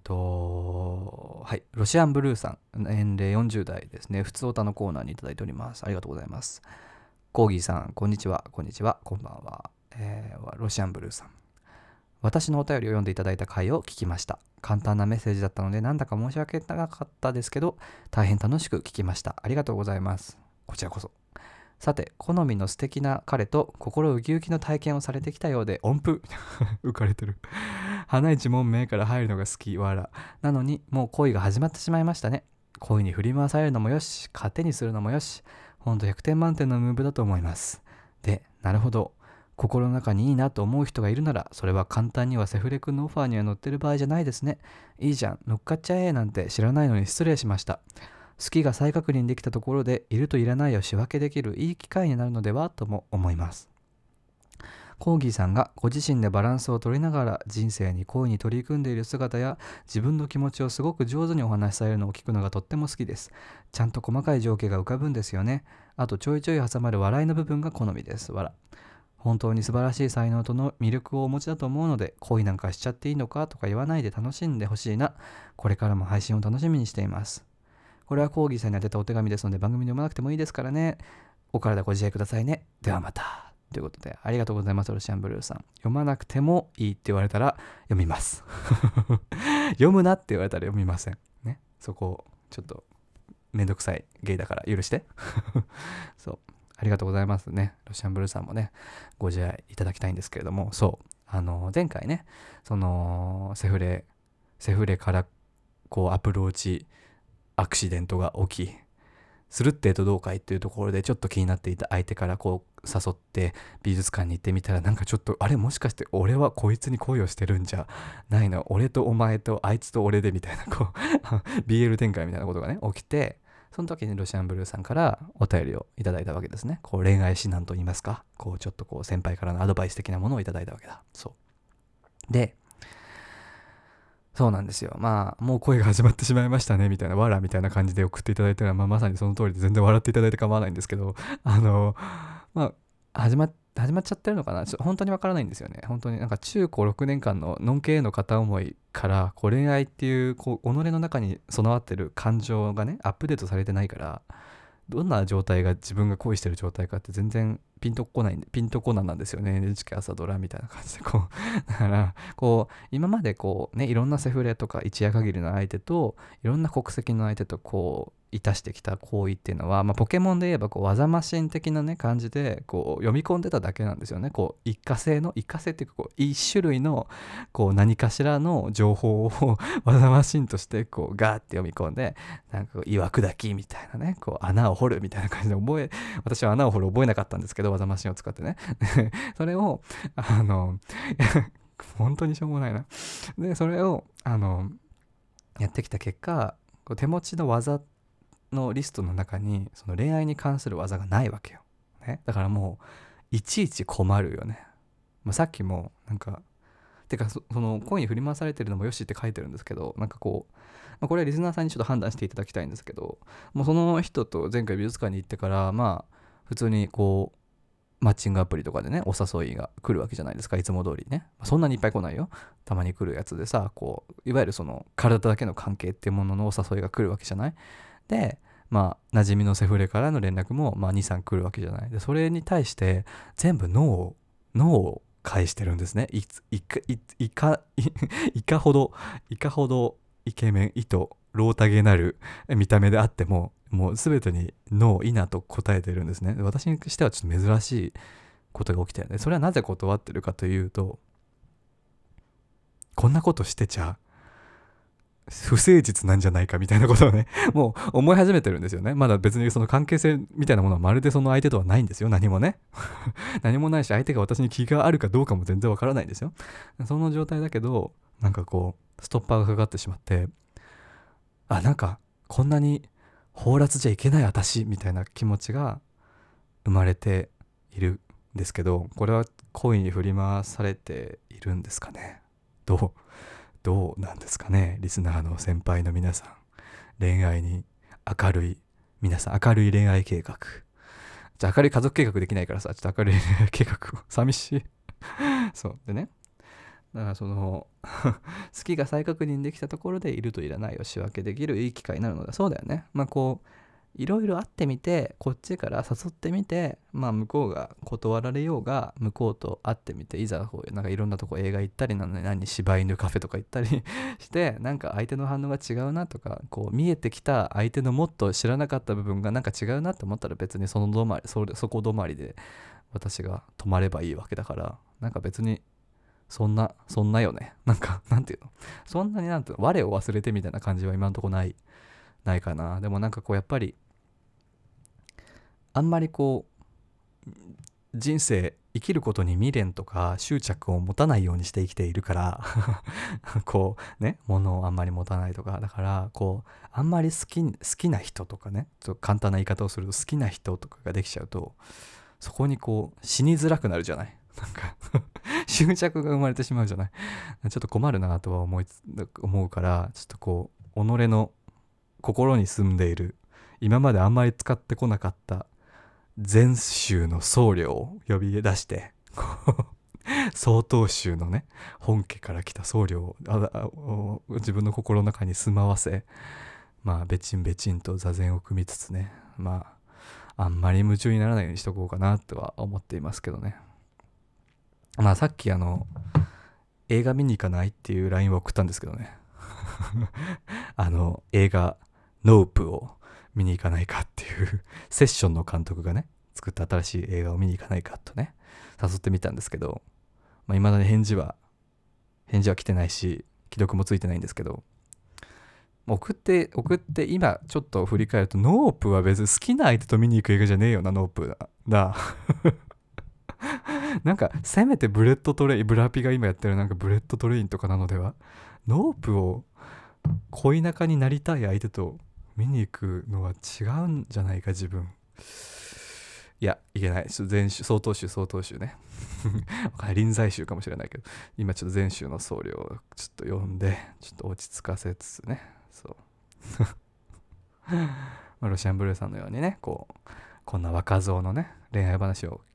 ロシアンブルーさん、年齢40代ですね。普通オタのコーナーにいただいております。ありがとうございます。コーギーさん、こんにちは、こんばんは。ロシアンブルーさん、私のお便りを読んでいただいた回を聞きました。簡単なメッセージだったのでなんだか申し訳なかったですけど、大変楽しく聞きました。ありがとうございます。こちらこそ。さて、好みの素敵な彼と心ウキウキの体験をされてきたようで、音符浮かれてる。花一門目から入るのが好き、わら。なのに、もう恋が始まってしまいましたね。恋に振り回されるのもよし、糧にするのもよし、ほんと100点満点のムーブだと思います。で、なるほど。心の中にいいなと思う人がいるなら、それは簡単にはセフレ君のオファーには乗ってる場合じゃないですね。いいじゃん、乗っかっちゃえなんて知らないのに失礼しました。好きが再確認できたところで、いるといらないを仕分けできるいい機会になるのではとも思います。コーギーさんがご自身でバランスを取りながら人生に恋に取り組んでいる姿や、自分の気持ちをすごく上手にお話しされるのを聞くのがとっても好きです。ちゃんと細かい情景が浮かぶんですよね。あとちょいちょい挟まる笑いの部分が好みです。笑。本当に素晴らしい才能との魅力をお持ちだと思うので、恋なんかしちゃっていいのかとか言わないで楽しんでほしいな。これからも配信を楽しみにしています。これはコーギーさんに宛てたお手紙ですので、番組で読まなくてもいいですからね。お体ご自愛くださいね。ではまた。ということで、ありがとうございます、ロシアンブルーさん。読まなくてもいいって言われたら読みます。読むなって言われたら読みません。ね。そこをちょっとめんどくさいゲイだから許して。そう。ありがとうございますね。ロシアンブルーさんもね、ご自愛いただきたいんですけれども、そう。前回ね、そのセフレからこうアプローチアクシデントが起き、するってとどうかいっていうところでちょっと気になっていた相手からこう誘って美術館に行ってみたら、なんかちょっとあれ、もしかして俺はこいつに恋をしてるんじゃないの、俺とお前とあいつと俺でみたいなこうBL 展開みたいなことがね起きて、その時にロシアンブルーさんからお便りをいただいたわけですね。こう恋愛指南と言いますか、こうちょっとこう先輩からのアドバイス的なものをいただいたわけだ。そうで、そうなんですよ。もう恋が始まってしまいましたねみたいな、わらみたいな感じで送っていただいたら、まさにその通りで全然笑っていただいて構わないんですけど、始まっ始まっちゃってるのかな、本当にわからないんですよね。本当になんか中高6年間ののんけへの片思いからこう恋愛っていうこう己の中に備わってる感情がねアップデートされてないから、どんな状態が自分が恋してる状態かって全然ピンとこないんで、ピンとこなんなんですよね。 NHK 朝ドラみたいな感じでこうだからこう今までこうねいろんなセフレとか一夜限りの相手といろんな国籍の相手とこういたしてきた行為っていうのは、ポケモンで言えばこう技マシン的なね感じでこう読み込んでただけなんですよね。こう一過性っていうかこう一種類のこう何かしらの情報を技マシンとしてこうガーって読み込んで、なんかこう岩砕きみたいなね、こう穴を掘るみたいな感じで私は穴を掘る覚えなかったんですけど、技マシンを使ってねそれを本当にしょうもないな。でそれをやってきた結果、こう手持ちの技のリストの中にその恋愛に関する技がないわけよ、ね、だからもういちいち困るよね。さっきもなんかてかその恋に振り回されてるのもよしって書いてるんですけど、なんかこう、これはリスナーさんにちょっと判断していただきたいんですけど、もうその人と前回美術館に行ってから普通にこうマッチングアプリとかでねお誘いが来るわけじゃないですか、いつも通りね。そんなにいっぱい来ないよ、たまに来るやつでさ、こういわゆるその体だけの関係っていうもののお誘いが来るわけじゃない。で馴染みのセフレからの連絡も2、3来るわけじゃない。でそれに対して全部ノーを返してるんですね。いかほどイケメンロータゲなる見た目であっても、もう全てにノーいなと答えてるんですね。私にしてはちょっと珍しいことが起きてるね。それはなぜ断ってるかというと、こんなことしてちゃ不誠実なんじゃないかみたいなことをねもう思い始めてるんですよね。まだ別にその関係性みたいなものはまるでその相手とはないんですよ。何もね何もないし、相手が私に気があるかどうかも全然わからないんですよ。その状態だけど、なんかこうストッパーがかかってしまって、なんかこんなに放埓じゃいけない私みたいな気持ちが生まれているんですけど、これは恋に振り回されているんですかね。どうなんですかね、リスナーの先輩の皆さん。恋愛に明るい恋愛計画。じゃあ明るい家族計画できないからさ、ちょっと明るい恋愛計画を寂しいそうでね、だからその好きが再確認できたところでいるといらないを仕分けできるいい機会になるのだそうだよね。こういろいろ会ってみて、こっちから誘ってみて、向こうが断られようが、向こうと会ってみて、いざこうなんかいろんなとこ映画行ったり柴犬カフェとか行ったりしてなんか相手の反応が違うなとか、こう見えてきた相手のもっと知らなかった部分がなんか違うなって思ったら、別にそこ止まりで私が止まればいいわけだから、なんか別にそんなよね。なんていうの、そんなに我を忘れてみたいな感じは今のとこないかな。でもなんかこうやっぱりあんまりこう人生生きることに未練とか執着を持たないようにして生きているからこうね、物をあんまり持たないとか、だからこうあんまり好きな人とかね、ちょっと簡単な言い方をすると好きな人とかができちゃうと、そこにこう死にづらくなるじゃない。なんか執着が生まれてしまうじゃない。ちょっと困るなとは思うから、ちょっとこう己の心に住んでいる、今まであんまり使ってこなかった全宗の僧侶を呼び出して、曹洞宗のね本家から来た僧侶を自分の心の中に住まわせ、べちんべちんと座禅を組みつつね、あんまり夢中にならないようにしとこうかなとは思っていますけどね。さっき映画見に行かないっていう LINE を送ったんですけどね映画ノープを見に行かないかっていうセッションの監督がね作った新しい映画を見に行かないかとね誘ってみたんですけど、未だに返事は来てないし、既読もついてないんですけど、送って今ちょっと振り返ると、ノープは別に好きな相手と見に行く映画じゃねえよな、ノープだなんかせめてブラピが今やってるなんかブレッドトレインとかなのでは。ノープを恋仲になりたい相手と見に行くのは違うんじゃないか自分。いや、いけない。曹洞宗ね臨済宗かもしれないけど、今ちょっと全宗の僧侶をちょっと読んで、ちょっと落ち着かせつつね、そうロシアンブルーさんのようにね、こんな若造のね恋愛話を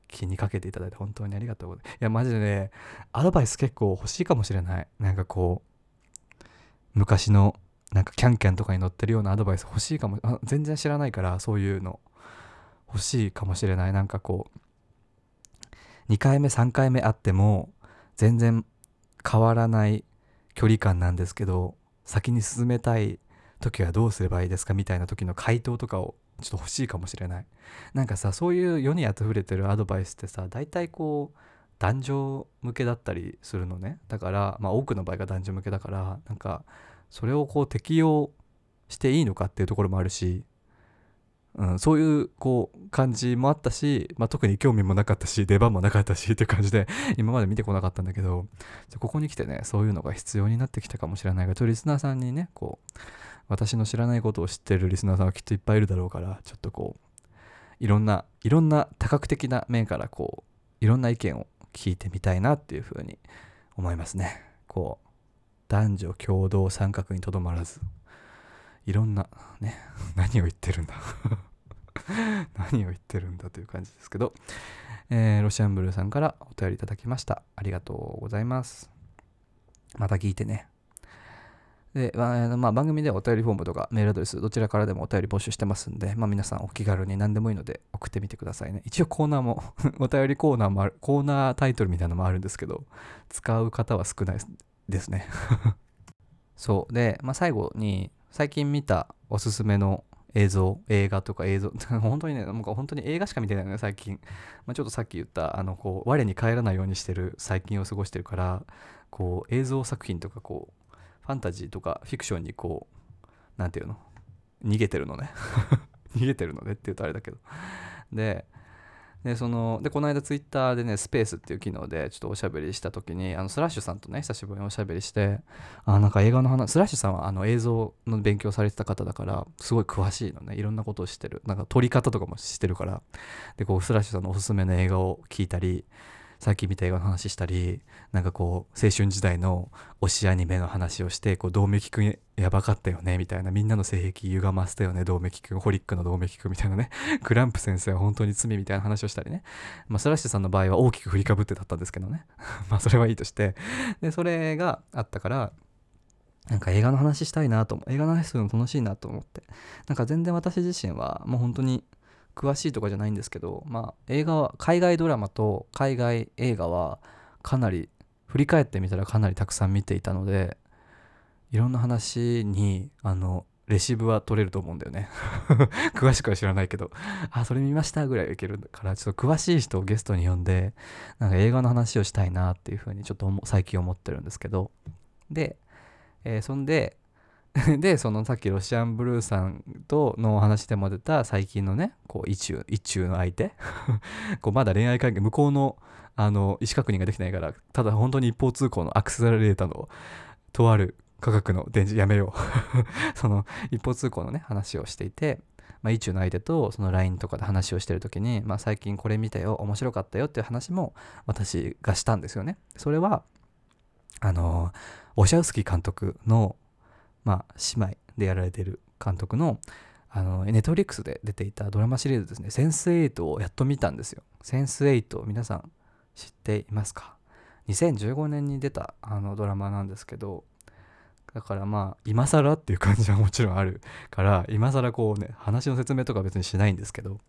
気にかけていただいて本当にありがとうございます。いやマジでね、アドバイス結構欲しいかもしれない。なんかこう昔のなんかキャンキャンとかに載ってるようなアドバイス欲しいかも。全然知らないから、そういうの欲しいかもしれない。なんかこう2回目3回目会っても全然変わらない距離感なんですけど、先に進めたい時はどうすればいいですかみたいな時の回答とかをちょっと欲しいかもしれない。なんかさ、そういう世にあふれてるアドバイスってさ、大体こう男女向けだったりするのね。だから多くの場合が男女向けだから、なんかそれをこう適用していいのかっていうところもあるし、そういうこう感じもあったし、特に興味もなかったし出番もなかったしっていう感じで今まで見てこなかったんだけど、ここに来てね、そういうのが必要になってきたかもしれないが、リスナーさんにね、こう私の知らないことを知ってるリスナーさんはきっといっぱいいるだろうから、ちょっとこういろんな多角的な面からこういろんな意見を聞いてみたいなっていうふうに思いますね。こう男女共同参画にとどまらず、いろんなね何を言ってるんだ何を言ってるんだという感じですけど、ロシアンブルーさんからお便りいただきました。ありがとうございます。また聞いてね。で、番組ではお便りフォームとかメールアドレスどちらからでもお便り募集してますんで、皆さんお気軽に何でもいいので送ってみてくださいね。一応コーナーもお便りコーナーもある、コーナータイトルみたいなのもあるんですけど、使う方は少ないですねそうで、最後に最近見たおすすめの映画とか映像本当にね、本当に映画しか見てないのね最近。ちょっとさっき言ったこう我に返らないようにしてる最近を過ごしてるから、こう映像作品とかこうファンタジーとかフィクションにこうなんていうの、逃げてるのね逃げてるのねって言うとあれだけど、でこの間ツイッターでね、スペースっていう機能でちょっとおしゃべりした時に、スラッシュさんとね久しぶりにおしゃべりして、なんか映画の話、スラッシュさんは映像の勉強されてた方だからすごい詳しいのね。いろんなことを知ってる、なんか撮り方とかも知ってるから、でこうスラッシュさんのおすすめの映画を聞いたり、最近見た映画の話したり、なんかこう青春時代の推しアニメの話をして、こう百目鬼くんやばかったよねみたいな、みんなの性癖歪ませたよね百目鬼くん、ホリックの百目鬼くんみたいなねクランプ先生は本当に罪みたいな話をしたりね。スラッシュさんの場合は大きく振りかぶってだったんですけどねそれはいいとして、でそれがあったから、なんか映画の話したいなと思う、映画の話するの楽しいなと思って、なんか全然私自身はもう本当に詳しいとかじゃないんですけど、映画は海外ドラマと海外映画はかなり振り返ってみたらかなりたくさん見ていたので、いろんな話にレシーブは取れると思うんだよね詳しくは知らないけど、それ見ましたぐらいいけるから、ちょっと詳しい人をゲストに呼んでなんか映画の話をしたいなっていうふうにちょっと最近思ってるんですけど、で、そんでそのさっきロシアンブルーさんとのお話でも出た最近のね、こう一中の相手こうまだ恋愛関係、向こうの意思確認ができないから、ただ本当に一方通行のアクセラレーターのとある科学の電池やめようその一方通行のね話をしていて、意中の相手とその LINE とかで話をしてる時に、最近これ見たよ面白かったよっていう話も私がしたんですよね。それはウォシャウスキー監督の姉妹でやられている監督のネットフリックスで出ていたドラマシリーズですね、センス8をやっと見たんですよ。センス8、皆さん知っていますか？ 2015 年に出たドラマなんですけど、だから今更っていう感じはもちろんあるから、今更こうね話の説明とか別にしないんですけど、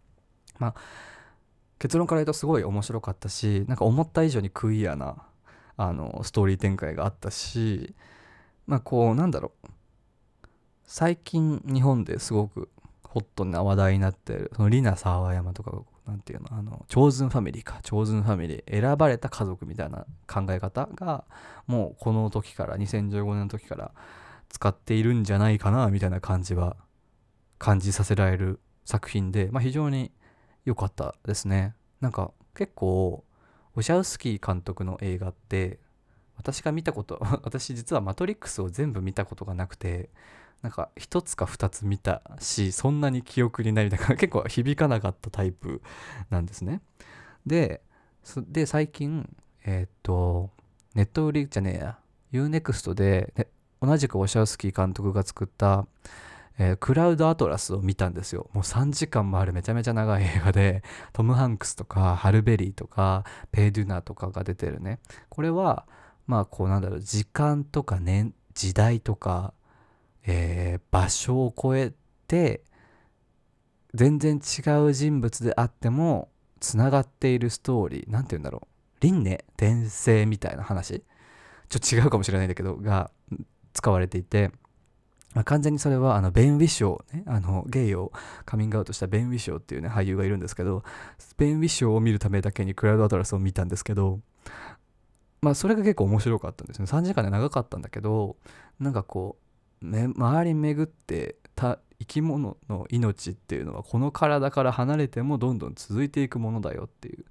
結論から言うとすごい面白かったし、なんか思った以上にクイアなストーリー展開があったし、こうなんだろう、最近日本ですごくホットな話題になってるそのリナ沢山とか、なんていうの、チョーズンファミリー、選ばれた家族みたいな考え方がもうこの時から2015年の時から使っているんじゃないかなみたいな感じは感じさせられる作品で、非常に良かったですね。なんか結構ウシャウスキー監督の映画って私が見たこと私実はマトリックスを全部見たことがなくて、なんか一つか二つ見たし、そんなに記憶にないみたいな結構響かなかったタイプなんですね。で最近ネットフリじゃねえや UNEXT で、同じくウォシャウスキー監督が作ったクラウドアトラスを見たんですよ。もう3時間もあるめちゃめちゃ長い映画で、トム・ハンクスとかハルベリーとかペイ・ドゥナとかが出てるね。これはまあこうなんだろう、時間とかね、時代とか、場所を超えて全然違う人物であってもつながっているストーリー、なんて言うんだろう、輪廻転生みたいな話、ちょっと違うかもしれないんだけどが使われていて、完全にそれはベン・ウィショーね、ゲイをカミングアウトしたベン・ウィショーっていうね俳優がいるんですけど、ベン・ウィショーを見るためだけにクラウドアトラスを見たんですけど、まあそれが結構面白かったんですね。3時間で長かったんだけど、なんかこう、周りに巡って生き物の命っていうのはこの体から離れてもどんどん続いていくものだよっていう、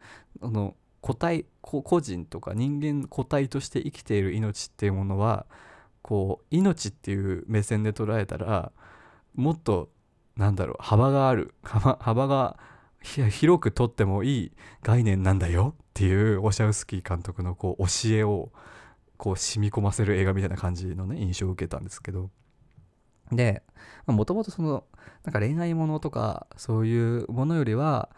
個人とか人間個体として生きている命っていうものはこう命っていう目線で捉えたらもっとなんだろう、幅がある、幅が広くとってもいい概念なんだよっていうオシャウスキー監督のこう教えをこう染み込ませる映画みたいな感じのね印象を受けたんですけど、でもともとそのなんか恋愛ものとかそういうものよりは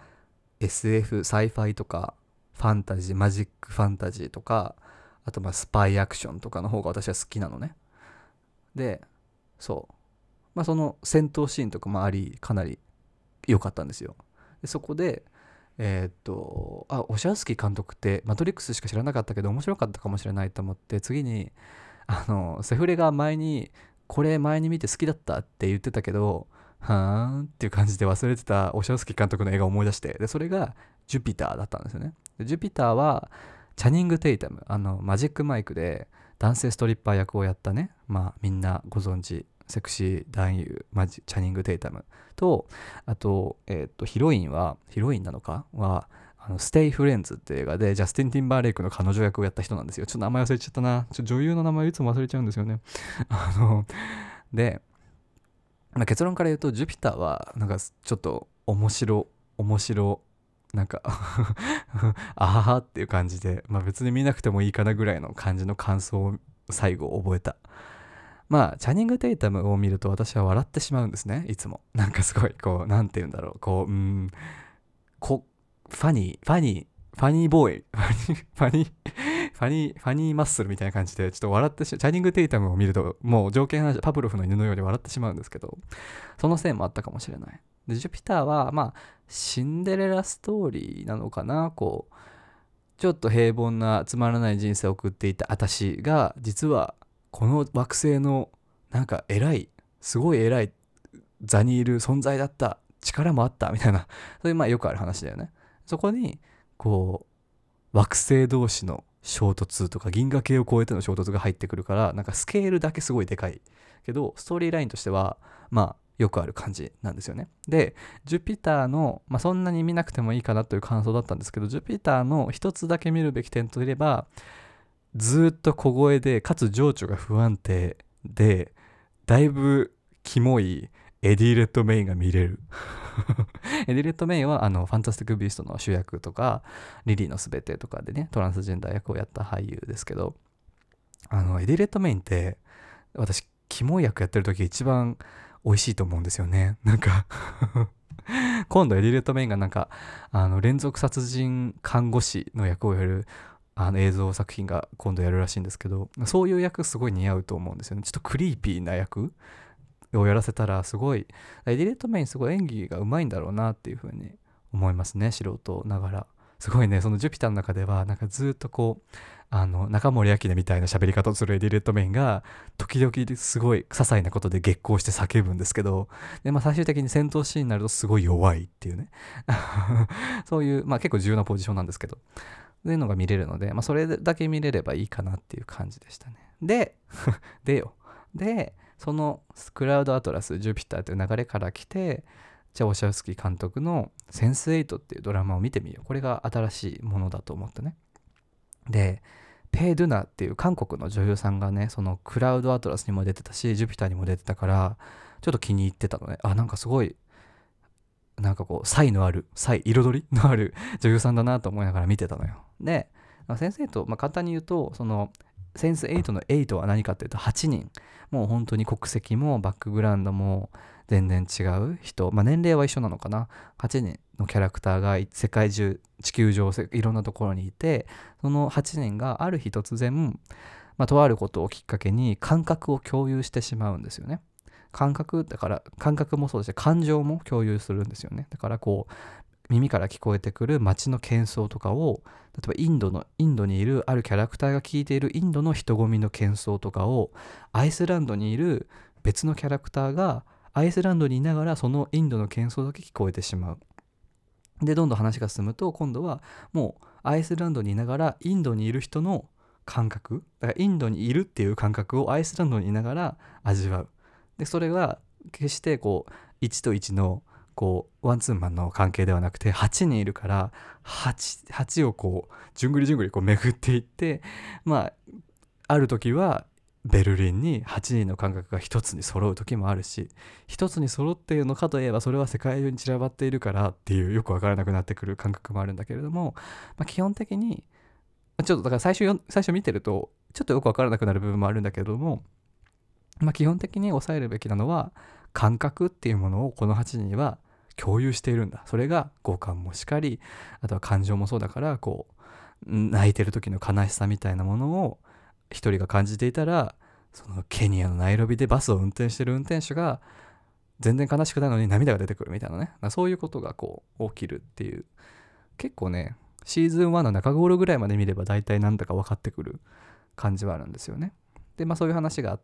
SF サイファイとかファンタジー、マジックファンタジーとか、あとまあスパイアクションとかの方が私は好きなのね。でそうまあその戦闘シーンとかもありかなり良かったんですよ。でそこでオシャウスキー監督ってマトリックスしか知らなかったけど面白かったかもしれないと思って、次にセフレが前にこれ前に見て好きだったって言ってたけどはーんっていう感じで忘れてたオシャウスキー監督の映画を思い出して、でそれがジュピターだったんですよね。でジュピターはチャニング・テイタム、マジックマイクで男性ストリッパー役をやったね、まあみんなご存知セクシー男優チャニング・テイタムと、あと、ヒロインなのかはステイ・フレンズって映画でジャスティン・ティンバーレイクの彼女役をやった人なんですよ。ちょっと名前忘れちゃったな。女優の名前いつも忘れちゃうんですよね。で、まあ、結論から言うとジュピターはなんかちょっと面白なんかあははっていう感じで、まあ別に見なくてもいいかなぐらいの感じの感想を最後覚えた。まあチャニング・テイタムを見ると私は笑ってしまうんですね、いつも。なんかすごいこうなんて言うんだろう、こうファニーボーイファニーマッスルみたいな感じでちょっと笑ってチャニング・テイタムを見るともう条件反射パブロフの犬のように笑ってしまうんですけど、そのせいもあったかもしれない。でジュピターはまあシンデレラストーリーなのかな、こうちょっと平凡なつまらない人生を送っていた私が実はこの惑星のなんかすごい偉い座にいる存在だった、力もあったみたいな、そういうまあよくある話だよね。そこにこう惑星同士の衝突とか銀河系を越えての衝突が入ってくるから、なんかスケールだけすごいでかいけどストーリーラインとしてはまあよくある感じなんですよね。でジュピターの、まあ、そんなに見なくてもいいかなという感想だったんですけど、ジュピターの一つだけ見るべき点といえばずっと小声でかつ情緒が不安定でだいぶキモいエディ・レッドメインが見れるエディ・レッドメインはファンタスティック・ビーストの主役とかリリーのすべてとかでねトランスジェンダー役をやった俳優ですけど、エディ・レッドメインって私キモい役やってる時が一番美味しいと思うんですよね。なんか今度エディ・レッドメインがなんか連続殺人看護師の役をやる映像作品が今度やるらしいんですけど、そういう役すごい似合うと思うんですよね。ちょっとクリーピーな役をやらせたらすごいエディ・レッドメインすごい演技がうまいんだろうなっていう風に思いますね、素人ながら。すごいね、そのジュピターの中ではなんかずっとこう中森明菜みたいな喋り方をするエディ・レッドメインが時々すごい些細なことで激高して叫ぶんですけど、で、まあ、最終的に戦闘シーンになるとすごい弱いっていうねそういう、まあ、結構重要なポジションなんですけどそういうのが見れるので、まあ、それだけ見れればいいかなっていう感じでしたね。ででそのクラウドアトラスジュピターという流れから来て、じゃあオシャウスキー監督のセンス8っていうドラマを見てみよう。これが新しいものだと思ってね。でペイ・ドゥナっていう韓国の女優さんがねそのクラウドアトラスにも出てたしジュピターにも出てたからちょっと気に入ってたのね。なんかすごいなんかこう彩りのある女優さんだなと思いながら見てたのよ。で先生と、まあ、簡単に言うとそのセンス8の8は何かっていうと8人、もう本当に国籍もバックグラウンドも全然違う人、年齢は一緒なのかな、8人のキャラクターが世界中地球上いろんなところにいて、その8人がある日突然、とあることをきっかけに感覚を共有してしまうんですよね。感覚だから、感覚もそうだし感情も共有するんですよね。だから耳から聞こえてくる街の喧騒とかを、例えばインドにいるあるキャラクターが聞いているインドの人混みの喧騒とかを、アイスランドにいる別のキャラクターがアイスランドにいながらそのインドの喧騒だけ聞こえてしまう。でどんどん話が進むと、今度はもうアイスランドにいながらインドにいる人の感覚、だからインドにいるっていう感覚をアイスランドにいながら味わう。でそれが決して1と1のワンツーマンの関係ではなくて、8人いるから 8をじゅんぐりじゅんぐり巡っていって、ある時はベルリンに8人の感覚が一つに揃う時もあるし、一つに揃っているのかといえばそれは世界中に散らばっているからっていう、よくわからなくなってくる感覚もあるんだけれども、基本的にちょっとだから最初見てるとちょっとよくわからなくなる部分もあるんだけれども、基本的に抑えるべきなのは感覚っていうものをこの8人は共有しているんだ。それが五感もしかり、あとは感情もそうだから、泣いてる時の悲しさみたいなものを一人が感じていたら、そのケニアのナイロビでバスを運転してる運転手が全然悲しくないのに涙が出てくるみたいなね、そういうことが起きるっていう、結構ねシーズン1の中頃ぐらいまで見れば大体なんだか分かってくる感じはあるんですよね。でそういう話があって、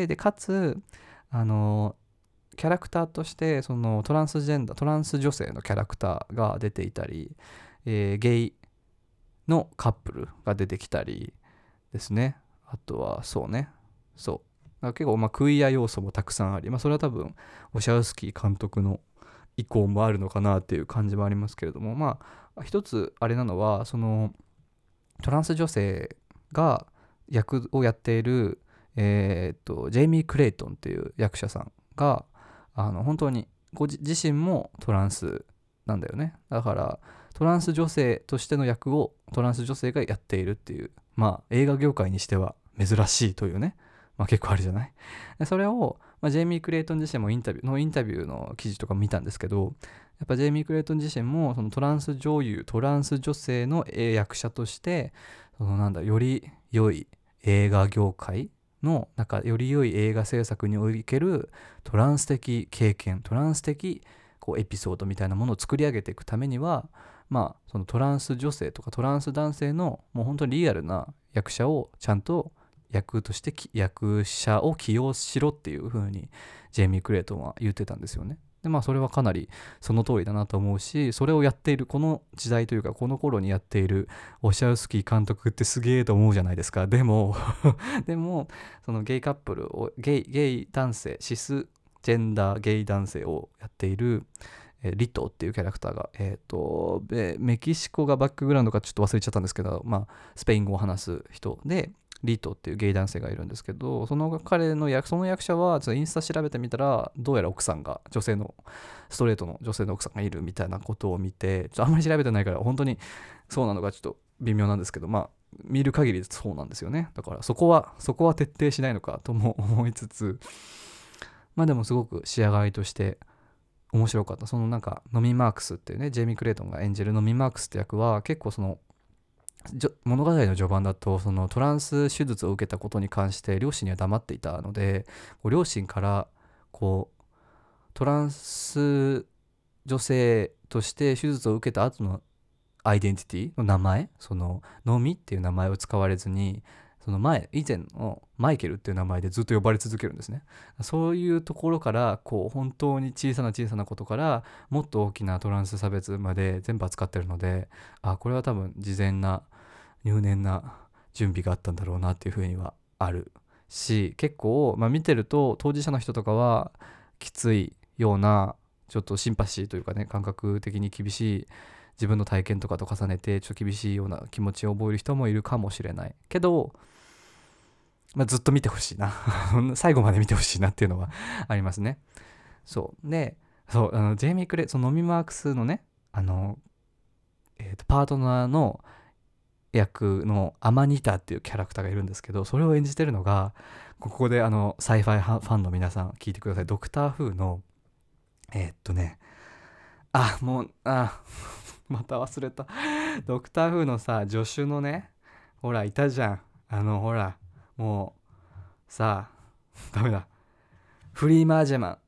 でかつキャラクターとしてそのトランス女性のキャラクターが出ていたり、ゲイのカップルが出てきたりですね。あとはそうだから結構クイア要素もたくさんあり、それは多分オシャウスキー監督の意向もあるのかなっていう感じもありますけれども、一つあれなのは、そのトランス女性が役をやっているジェイミー・クレイトンっていう役者さんが本当に自身もトランスなんだよね。だからトランス女性としての役をトランス女性がやっているっていう、映画業界にしては珍しいというね、結構あるじゃない。でそれを、ジェイミー・クレイトン自身もインタビューの記事とか見たんですけど、やっぱジェイミー・クレイトン自身もそのトランス女性の役者として、より良い映画業界のより良い映画制作におけるトランス的経験、トランス的エピソードみたいなものを作り上げていくためには、そのトランス女性とかトランス男性のもう本当にリアルな役者をちゃんと役者を起用しろっていう風にジェイミー・クレイトンは言ってたんですよね。でそれはかなりその通りだなと思うし、それをやっているこの時代というかこの頃にやっているオシャウスキー監督ってすげえと思うじゃないですか。でもそのゲイカップルをゲイ男性、シスジェンダーゲイ男性をやっているリトっていうキャラクターが、メキシコがバックグラウンドかちょっと忘れちゃったんですけど、スペイン語を話す人でリトっていうゲイ男性がいるんですけど、その役者はインスタ調べてみたら、どうやらストレートの女性の奥さんがいるみたいなことを見て、あんまり調べてないから本当にそうなのかちょっと微妙なんですけど、見る限りそうなんですよね。だからそこは徹底しないのかとも思いつつ、でもすごく仕上がりとして面白かった。そのノミマークスっていうね、ジェイミー・クレイトンが演じるノミマークスって役は結構物語の序盤だとそのトランス手術を受けたことに関して両親には黙っていたので、両親からトランス女性として手術を受けた後のアイデンティティの名前、そのノミっていう名前を使われずに、その以前のマイケルっていう名前でずっと呼ばれ続けるんですね。そういうところから本当に小さなことからもっと大きなトランス差別まで全部扱ってるので、これは多分事前な入念な準備があったんだろうなっていうふうにはあるし、結構、見てると当事者の人とかはきついような、ちょっとシンパシーというかね、感覚的に厳しい自分の体験とかと重ねてちょっと厳しいような気持ちを覚える人もいるかもしれないけど、ずっと見てほしいな最後まで見てほしいなっていうのはありますね。そうで、ジェイミー・クレイ、そのノミマークスのね、パートナーの役のアマニタっていうキャラクターがいるんですけど、それを演じてるのが、こでサイファイファンの皆さん聞いてください。ドクター風のね、もうまた忘れた。ドクター風のさ、助手のね、ほらいたじゃん、ほら、もうさ、ダメだ、フリーマ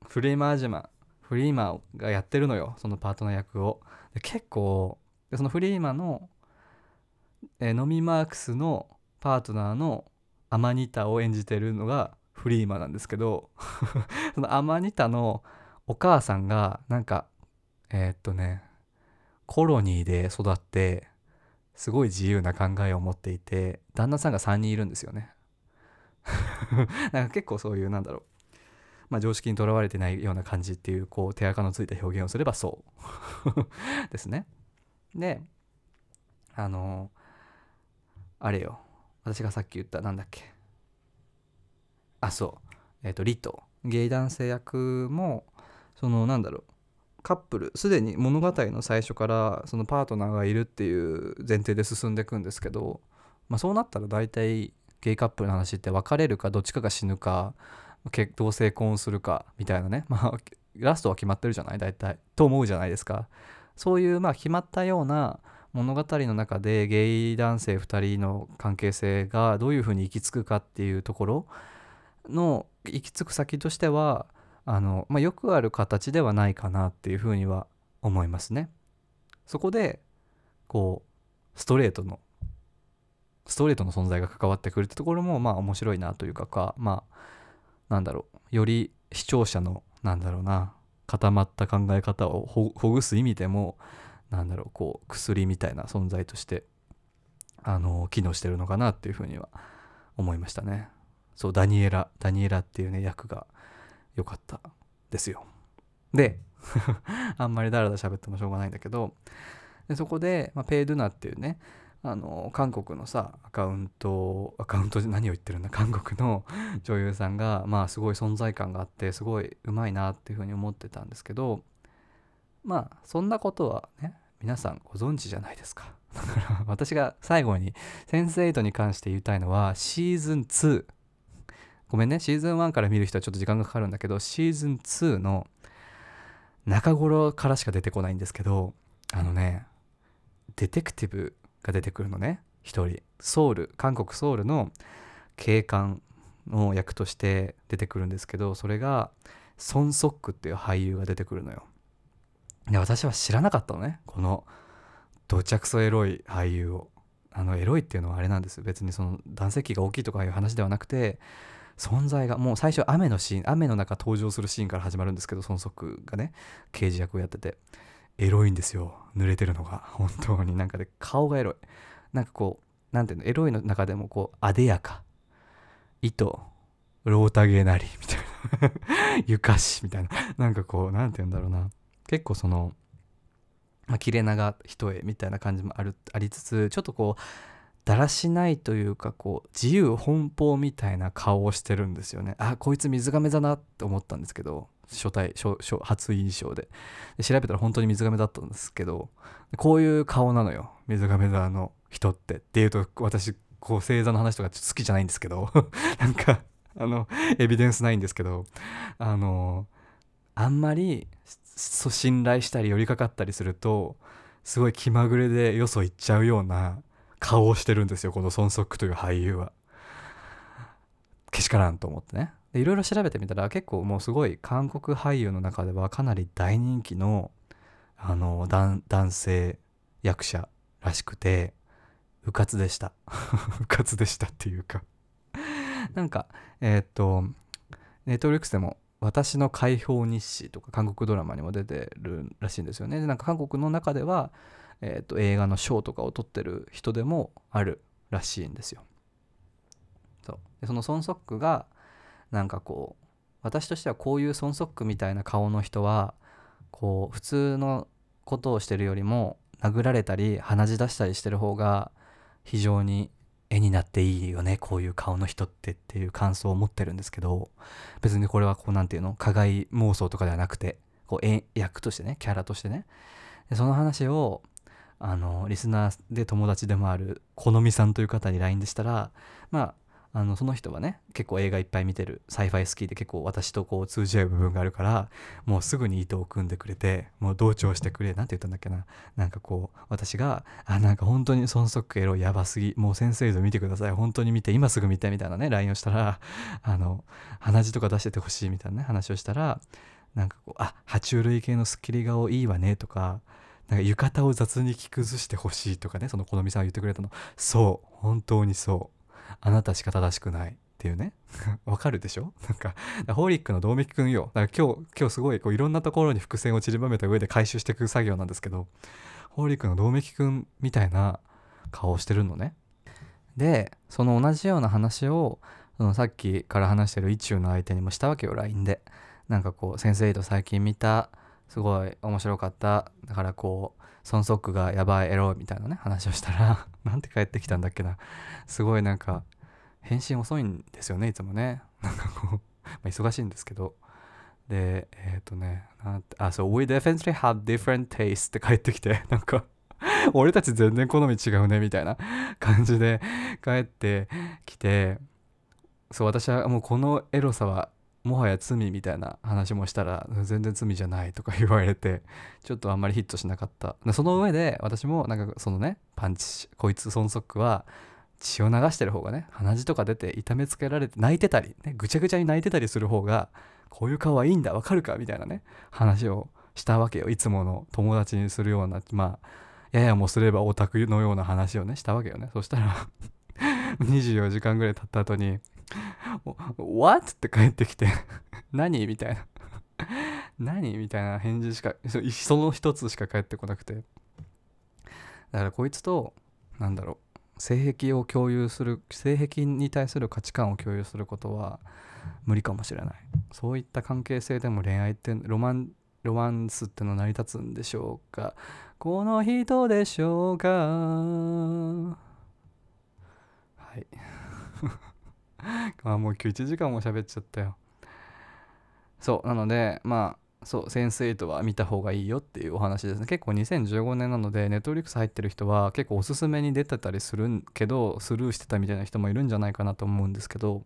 ンがやってるのよ、そのパートナー役を。で結構で、そのフリーマのノミマークスのパートナーのアマニタを演じてるのがフリーマなんですけどそのアマニタのお母さんがなんかコロニーで育ってすごい自由な考えを持っていて、旦那さんが3人いるんですよねなんか結構そういう常識にとらわれてないような感じっていう、こう手垢のついた表現をすればそうですね。であれよ、私がさっき言ったなんだっけ、リト、ゲイ男性役もカップル、すでに物語の最初からそのパートナーがいるっていう前提で進んでいくんですけど、そうなったら大体ゲイカップルの話って別れるかどっちかが死ぬか同性婚するかみたいなね、ラストは決まってるじゃない大体と思うじゃないですか。そういう決まったような物語の中でゲイ男性2人の関係性がどういうふうに行き着くかっていうところの行き着く先としてはよくある形ではないかなっていうふうには思いますね。そこでこうストレートの存在が関わってくるってところも面白いなというか、より視聴者の固まった考え方をほぐす意味でも薬みたいな存在として機能してるのかなっていうふうには思いましたね。そう、ダニエラっていうね役が良かったですよ。であんまりダラダラ喋ってもしょうがないんだけど、でそこで、ペイドゥナっていうね韓国のさアカウントで何を言ってるんだ、韓国の女優さんがすごい存在感があってすごい上手いなっていうふうに思ってたんですけど、そんなことはね皆さんご存知じゃないですか。だから私が最後にセンス8に関して言いたいのはシーズン2、ごめんね、シーズン1から見る人はちょっと時間がかかるんだけど、シーズン2の中頃からしか出てこないんですけど、デテクティブが出てくるのね、一人。韓国ソウルの警官の役として出てくるんですけど、それがソン・ソックっていう俳優が出てくるのよ。で私は知らなかったのね、このどちゃくそエロい俳優を。エロいっていうのはあれなんです、別にその男性器が大きいとかいう話ではなくて、存在がもう最初雨の中登場するシーンから始まるんですけど、孫則がね刑事役をやっててエロいんですよ、濡れてるのが本当に顔がエロい、なんていうの、エロいの中でもあでやか、糸ロータゲなりみたいなゆかしみたいな、なんていうんだろうな、結構切れ長一重みたいな感じもありつつ、ちょっとだらしないというか自由奔放みたいな顔をしてるんですよね。こいつ水亀だなって思ったんですけど、初印象で調べたら本当に水亀だったんですけど、こういう顔なのよ水亀座の人っていうと、私星座の話とか好きじゃないんですけどエビデンスないんですけど、あんまり信頼したり寄りかかったりするとすごい気まぐれでよそ行っちゃうような顔をしてるんですよ、このソン・ソックという俳優は。けしからんと思ってね、いろいろ調べてみたら結構もうすごい韓国俳優の中ではかなり大人気の男性役者らしくて、うかつでしたうかつでしたっていうかネットフリックスでも私の解放日誌とか韓国ドラマにも出てるらしいんですよね。で韓国の中では映画の賞とかを取ってる人でもあるらしいんですよ。でそのソン・ソックが私としてはこういうソン・ソックみたいな顔の人は普通のことをしてるよりも殴られたり鼻血出したりしてる方が非常に絵になっていいよね、こういう顔の人っていう感想を持ってるんですけど、別にこれはなんていうの、加害妄想とかではなくて役としてね、キャラとしてね。でその話をリスナーで友達でもあるこのみさんという方に LINE でしたら、その人はね結構映画いっぱい見てるサイファイ好きで結構私とこう通じ合う部分があるから、もうすぐに糸を組んでくれて、もう同調してくれ、なんて言ったんだっけな、なんかこう私がなんか本当に孫則エロやばすぎ、もう先生図見てください、本当に見て今すぐ見てみたいなね LINE をしたら、鼻血とか出しててほしいみたいなね話をしたら、なんかこう爬虫類系のスッキリ顔いいわねとか、なんか浴衣を雑に着崩してほしいとかね、その好みさんが言ってくれたの。そう、本当にそう。あなたしか正しくないっていうね。わかるでしょ？なんか、ホーリックの銅メキくんよ。だから今日すごいこういろんなところに伏線を散りばめた上で回収していく作業なんですけど、ホーリックの銅メキくんみたいな顔をしてるのね。で、その同じような話を、そのさっきから話してる意中の相手にもしたわけよ、LINE で。なんかこう、先生と最近見た、すごい面白かった。だからこう、孫ソックがやばいエロみたいなね、話をしたら、なんて返ってきたんだっけな。すごいなんか、返信遅いんですよね、いつもね。なんかこう、忙しいんですけど。で、そう、We definitely have different tastes って返ってきて、なんか俺たち全然好み違うねみたいな感じで帰ってきて、そう私はもうこのエロさはもはや罪みたいな話もしたら全然罪じゃないとか言われて、ちょっとあんまりヒットしなかった。でその上で私もなんかそのねパンチこいつ孫ソックは血を流してる方がね、鼻血とか出て痛めつけられて泣いてたり、ね、ぐちゃぐちゃに泣いてたりする方がこういう顔はいいんだわかるかみたいなね話をしたわけよ。いつもの友達にするような、ややもすればオタクのような話をねしたわけよね。そしたら24時間ぐらい経った後にWhat? って帰ってきて何みたいな何みたいな返事しか、その一つしか返ってこなくて、だからこいつとなんだろう、性癖を共有する、性癖に対する価値観を共有することは無理かもしれない。そういった関係性でも恋愛ってロマンスっての成り立つんでしょうか、この人でしょうか。はいもう今日1時間も喋っちゃったよ。そうなのでそうセンス8は見た方がいいよっていうお話ですね。結構2015年なのでネットフリックス入ってる人は結構おすすめに出てたりするけどスルーしてたみたいな人もいるんじゃないかなと思うんですけど、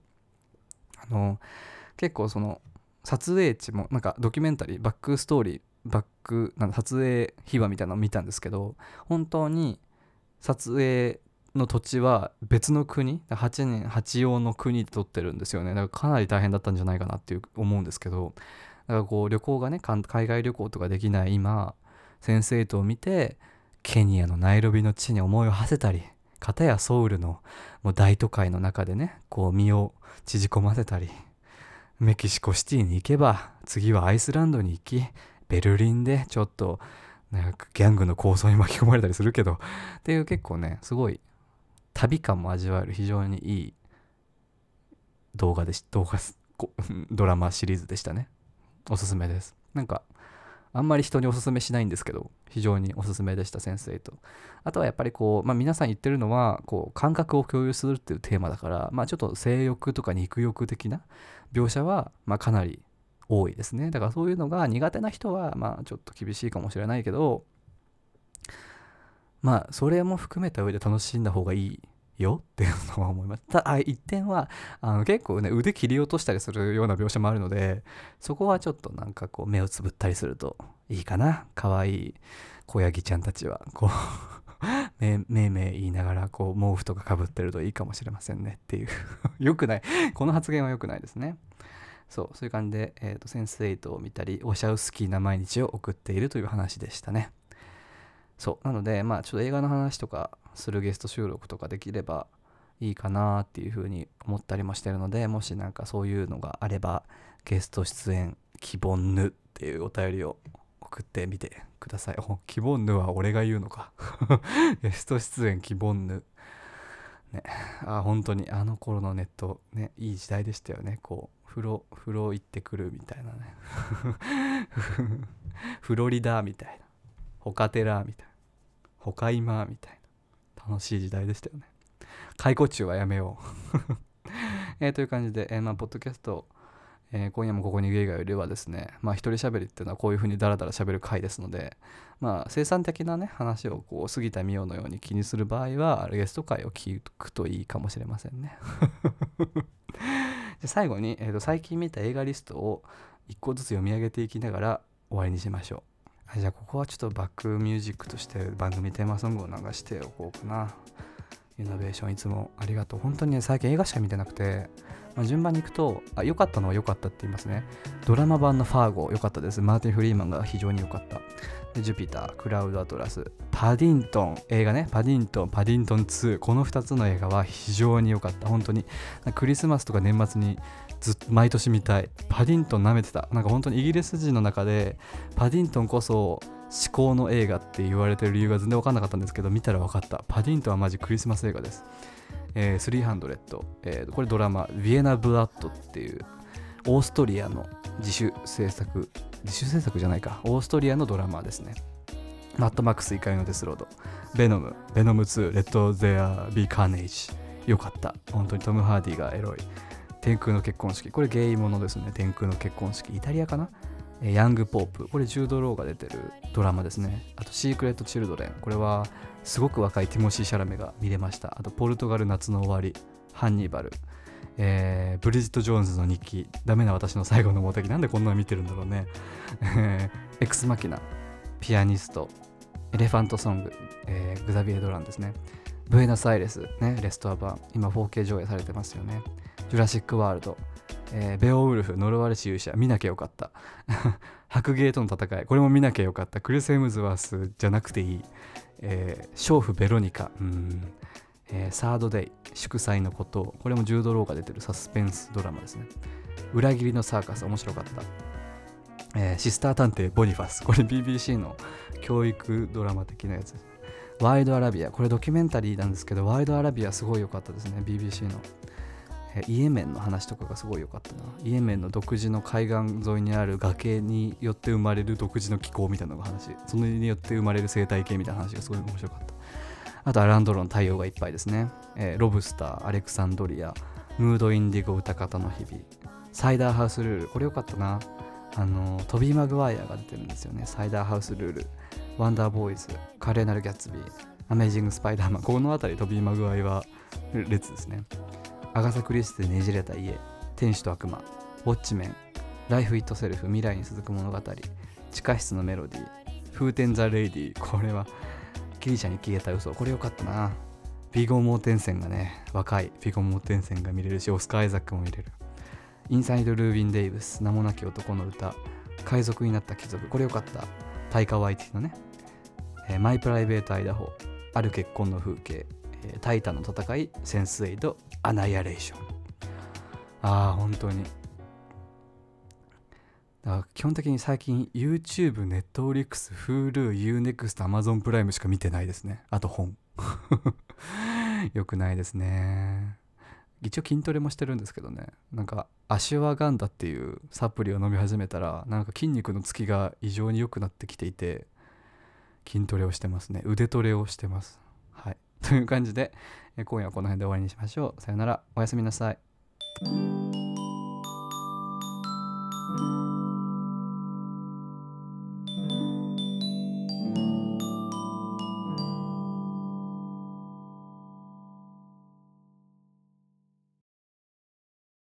結構その撮影地もなんかドキュメンタリーバックストーリーなんか撮影秘話みたいなのを見たんですけど、本当に撮影の土地は別の国、8年八陽の国で撮ってるんですよね。だからかなり大変だったんじゃないかなっていう思うんですけど、だからこう旅行がね海外旅行とかできない今、センスエイトを見てケニアのナイロビの地に思いを馳せたり、片やソウルのもう大都会の中でねこう身を縮こませたり、メキシコシティに行けば次はアイスランドに行き、ベルリンでちょっとなんかギャングの抗争に巻き込まれたりするけどっていう結構ねすごい旅感も味わえる非常にいいドラマシリーズでしたね。おすすめです。なんかあんまり人におすすめしないんですけど非常におすすめでした、先生と。あとはやっぱりこう、皆さん言ってるのはこう感覚を共有するっていうテーマだから、ちょっと性欲とか肉欲的な描写はかなり多いですね。だからそういうのが苦手な人はちょっと厳しいかもしれないけど、それも含めた上で楽しんだ方がいいよっていうのは思います。一点は結構ね腕切り落としたりするような描写もあるので、そこはちょっとなんかこう目をつぶったりするといいかな。可愛い子ヤギちゃんたちはこうめいめい言いながらこう毛布とかかぶってるといいかもしれませんねっていうよくない、この発言はよくないですね。そういう感じで、センス8を見たりオシャウスキーな毎日を送っているという話でしたね。そうなのでちょっと映画の話とかするゲスト収録とかできればいいかなっていうふうに思ったりもしてるので、もしなんかそういうのがあればゲスト出演希望ぬっていうお便りを送ってみてください。希望ぬは俺が言うのかゲスト出演希望ぬね。本当にあの頃のネットねいい時代でしたよね。こう風呂行ってくるみたいなねフロリダみたいな、ホカテラみたいな、ホカイマみたいな楽しい時代でしたよね。解雇中はやめようという感じで、ポッドキャスト、 今夜もここにゲイがいるはですね、一人喋りっていうのはこういう風にダラダラ喋る回ですので、生産的なね話をこう杉田水脈のように気にする場合はゲスト回を聞くといいかもしれませんね。で最後に、最近見た映画リストを一個ずつ読み上げていきながら終わりにしましょう。じゃあここはちょっとバックミュージックとして番組テーマソングを流しておこうかな。イノベーションいつもありがとう。本当にね最近映画しか見てなくて、順番に行くと良かったのは良かったって言いますね。ドラマ版のファーゴ良かったです。マーティン・フリーマンが非常に良かった。でジュピター、クラウドアトラス、パディントン映画ね、パディントン2、この2つの映画は非常に良かった。本当にクリスマスとか年末に毎年見たい。パディントン舐めてた。本当にイギリス人の中でパディントンこそ至高の映画って言われてる理由が全然分かんなかったんですけど、見たら分かった。パディントンはマジクリスマス映画です。300、これドラマ、ヴィエナ・ブラッドっていうオーストリアの自主制作じゃないか、オーストリアのドラマですね。マッドマックス怒りのデスロード、ベノム2、レッド・ゼア・ビー・カーネージ、よかった。本当にトム・ハーディがエロい。天空の結婚式、これゲイものですね。天空の結婚式、イタリアかな。ヤング・ポープ、これジュード・ローが出てるドラマですね。あとシークレット・チルドレン、これはすごく若いティモシー・シャラメが見れました。あとポルトガル夏の終わり、ハンニバル、ブリジット・ジョーンズの日記、ダメな私の最後のモテキ、なんでこんなの見てるんだろうね。エクスマキナ、ピアニスト、エレファントソング、グザビエ・ドランですね。ブエノスアイレス、ね、レストア版、今 4K 上映されてますよね。ジュラシック・ワールド、ベオウルフ、呪われし勇者、見なきゃよかった。白芸との戦い、これも見なきゃよかった。クリス・エムズワースじゃなくていい。娼婦ベロニカ、サードデイ、祝祭のことを、これもジュード・ローが出てるサスペンスドラマですね。裏切りのサーカス、面白かった。シスター探偵ボニファス、これ BBC の教育ドラマ的なやつです。ワイドアラビア、これドキュメンタリーなんですけど、ワイドアラビアすごい良かったですね。 BBC のイエメンの話とかがすごい良かったな。イエメンの独自の海岸沿いにある崖によって生まれる独自の気候みたいなのが話、それによって生まれる生態系みたいな話がすごい面白かった。あとアランドロン、太陽がいっぱいですね。ロブスター、アレクサンドリア、ムードインディゴ、歌方の日々、サイダーハウスルール、これ良かったな。トビー・マグワイアが出てるんですよね。サイダーハウスルール、ワンダーボーイズ、華麗なるギャッツビー、アメージング・スパイダーマン、この辺りトビー・マグワイア列ですね。アガサ・クリスティねじれた家、天使と悪魔、ウォッチメン、ライフ・イット・セルフ、未来に続く物語、地下室のメロディー、フーテン・ザ・レイディ、これはギリシャに消えた嘘、これよかったな。ビゴ・モーテンセンがね、若いビゴ・モーテンセンが見れるし、オスカー・アイザックも見れる。インサイド・ルービン・デイブス、名もなき男の歌、海賊になった貴族、これよかった。タイカ・ワイティのね、マイ・プライベート・アイダホ、ある結婚の風景、タイタンの戦い、センスエイド、アナイアレーション。本当に。だから基本的に最近 YouTube、Netflix、Hulu、Unext、Amazon プライムしか見てないですね。あと本。よくないですね。一応筋トレもしてるんですけどね。アシュワガンダっていうサプリを飲み始めたら、筋肉のつきが異常に良くなってきていて、筋トレをしてますね。腕トレをしてます。はい。という感じで、今夜はこの辺で終わりにしましょう。さよなら。おやすみなさい。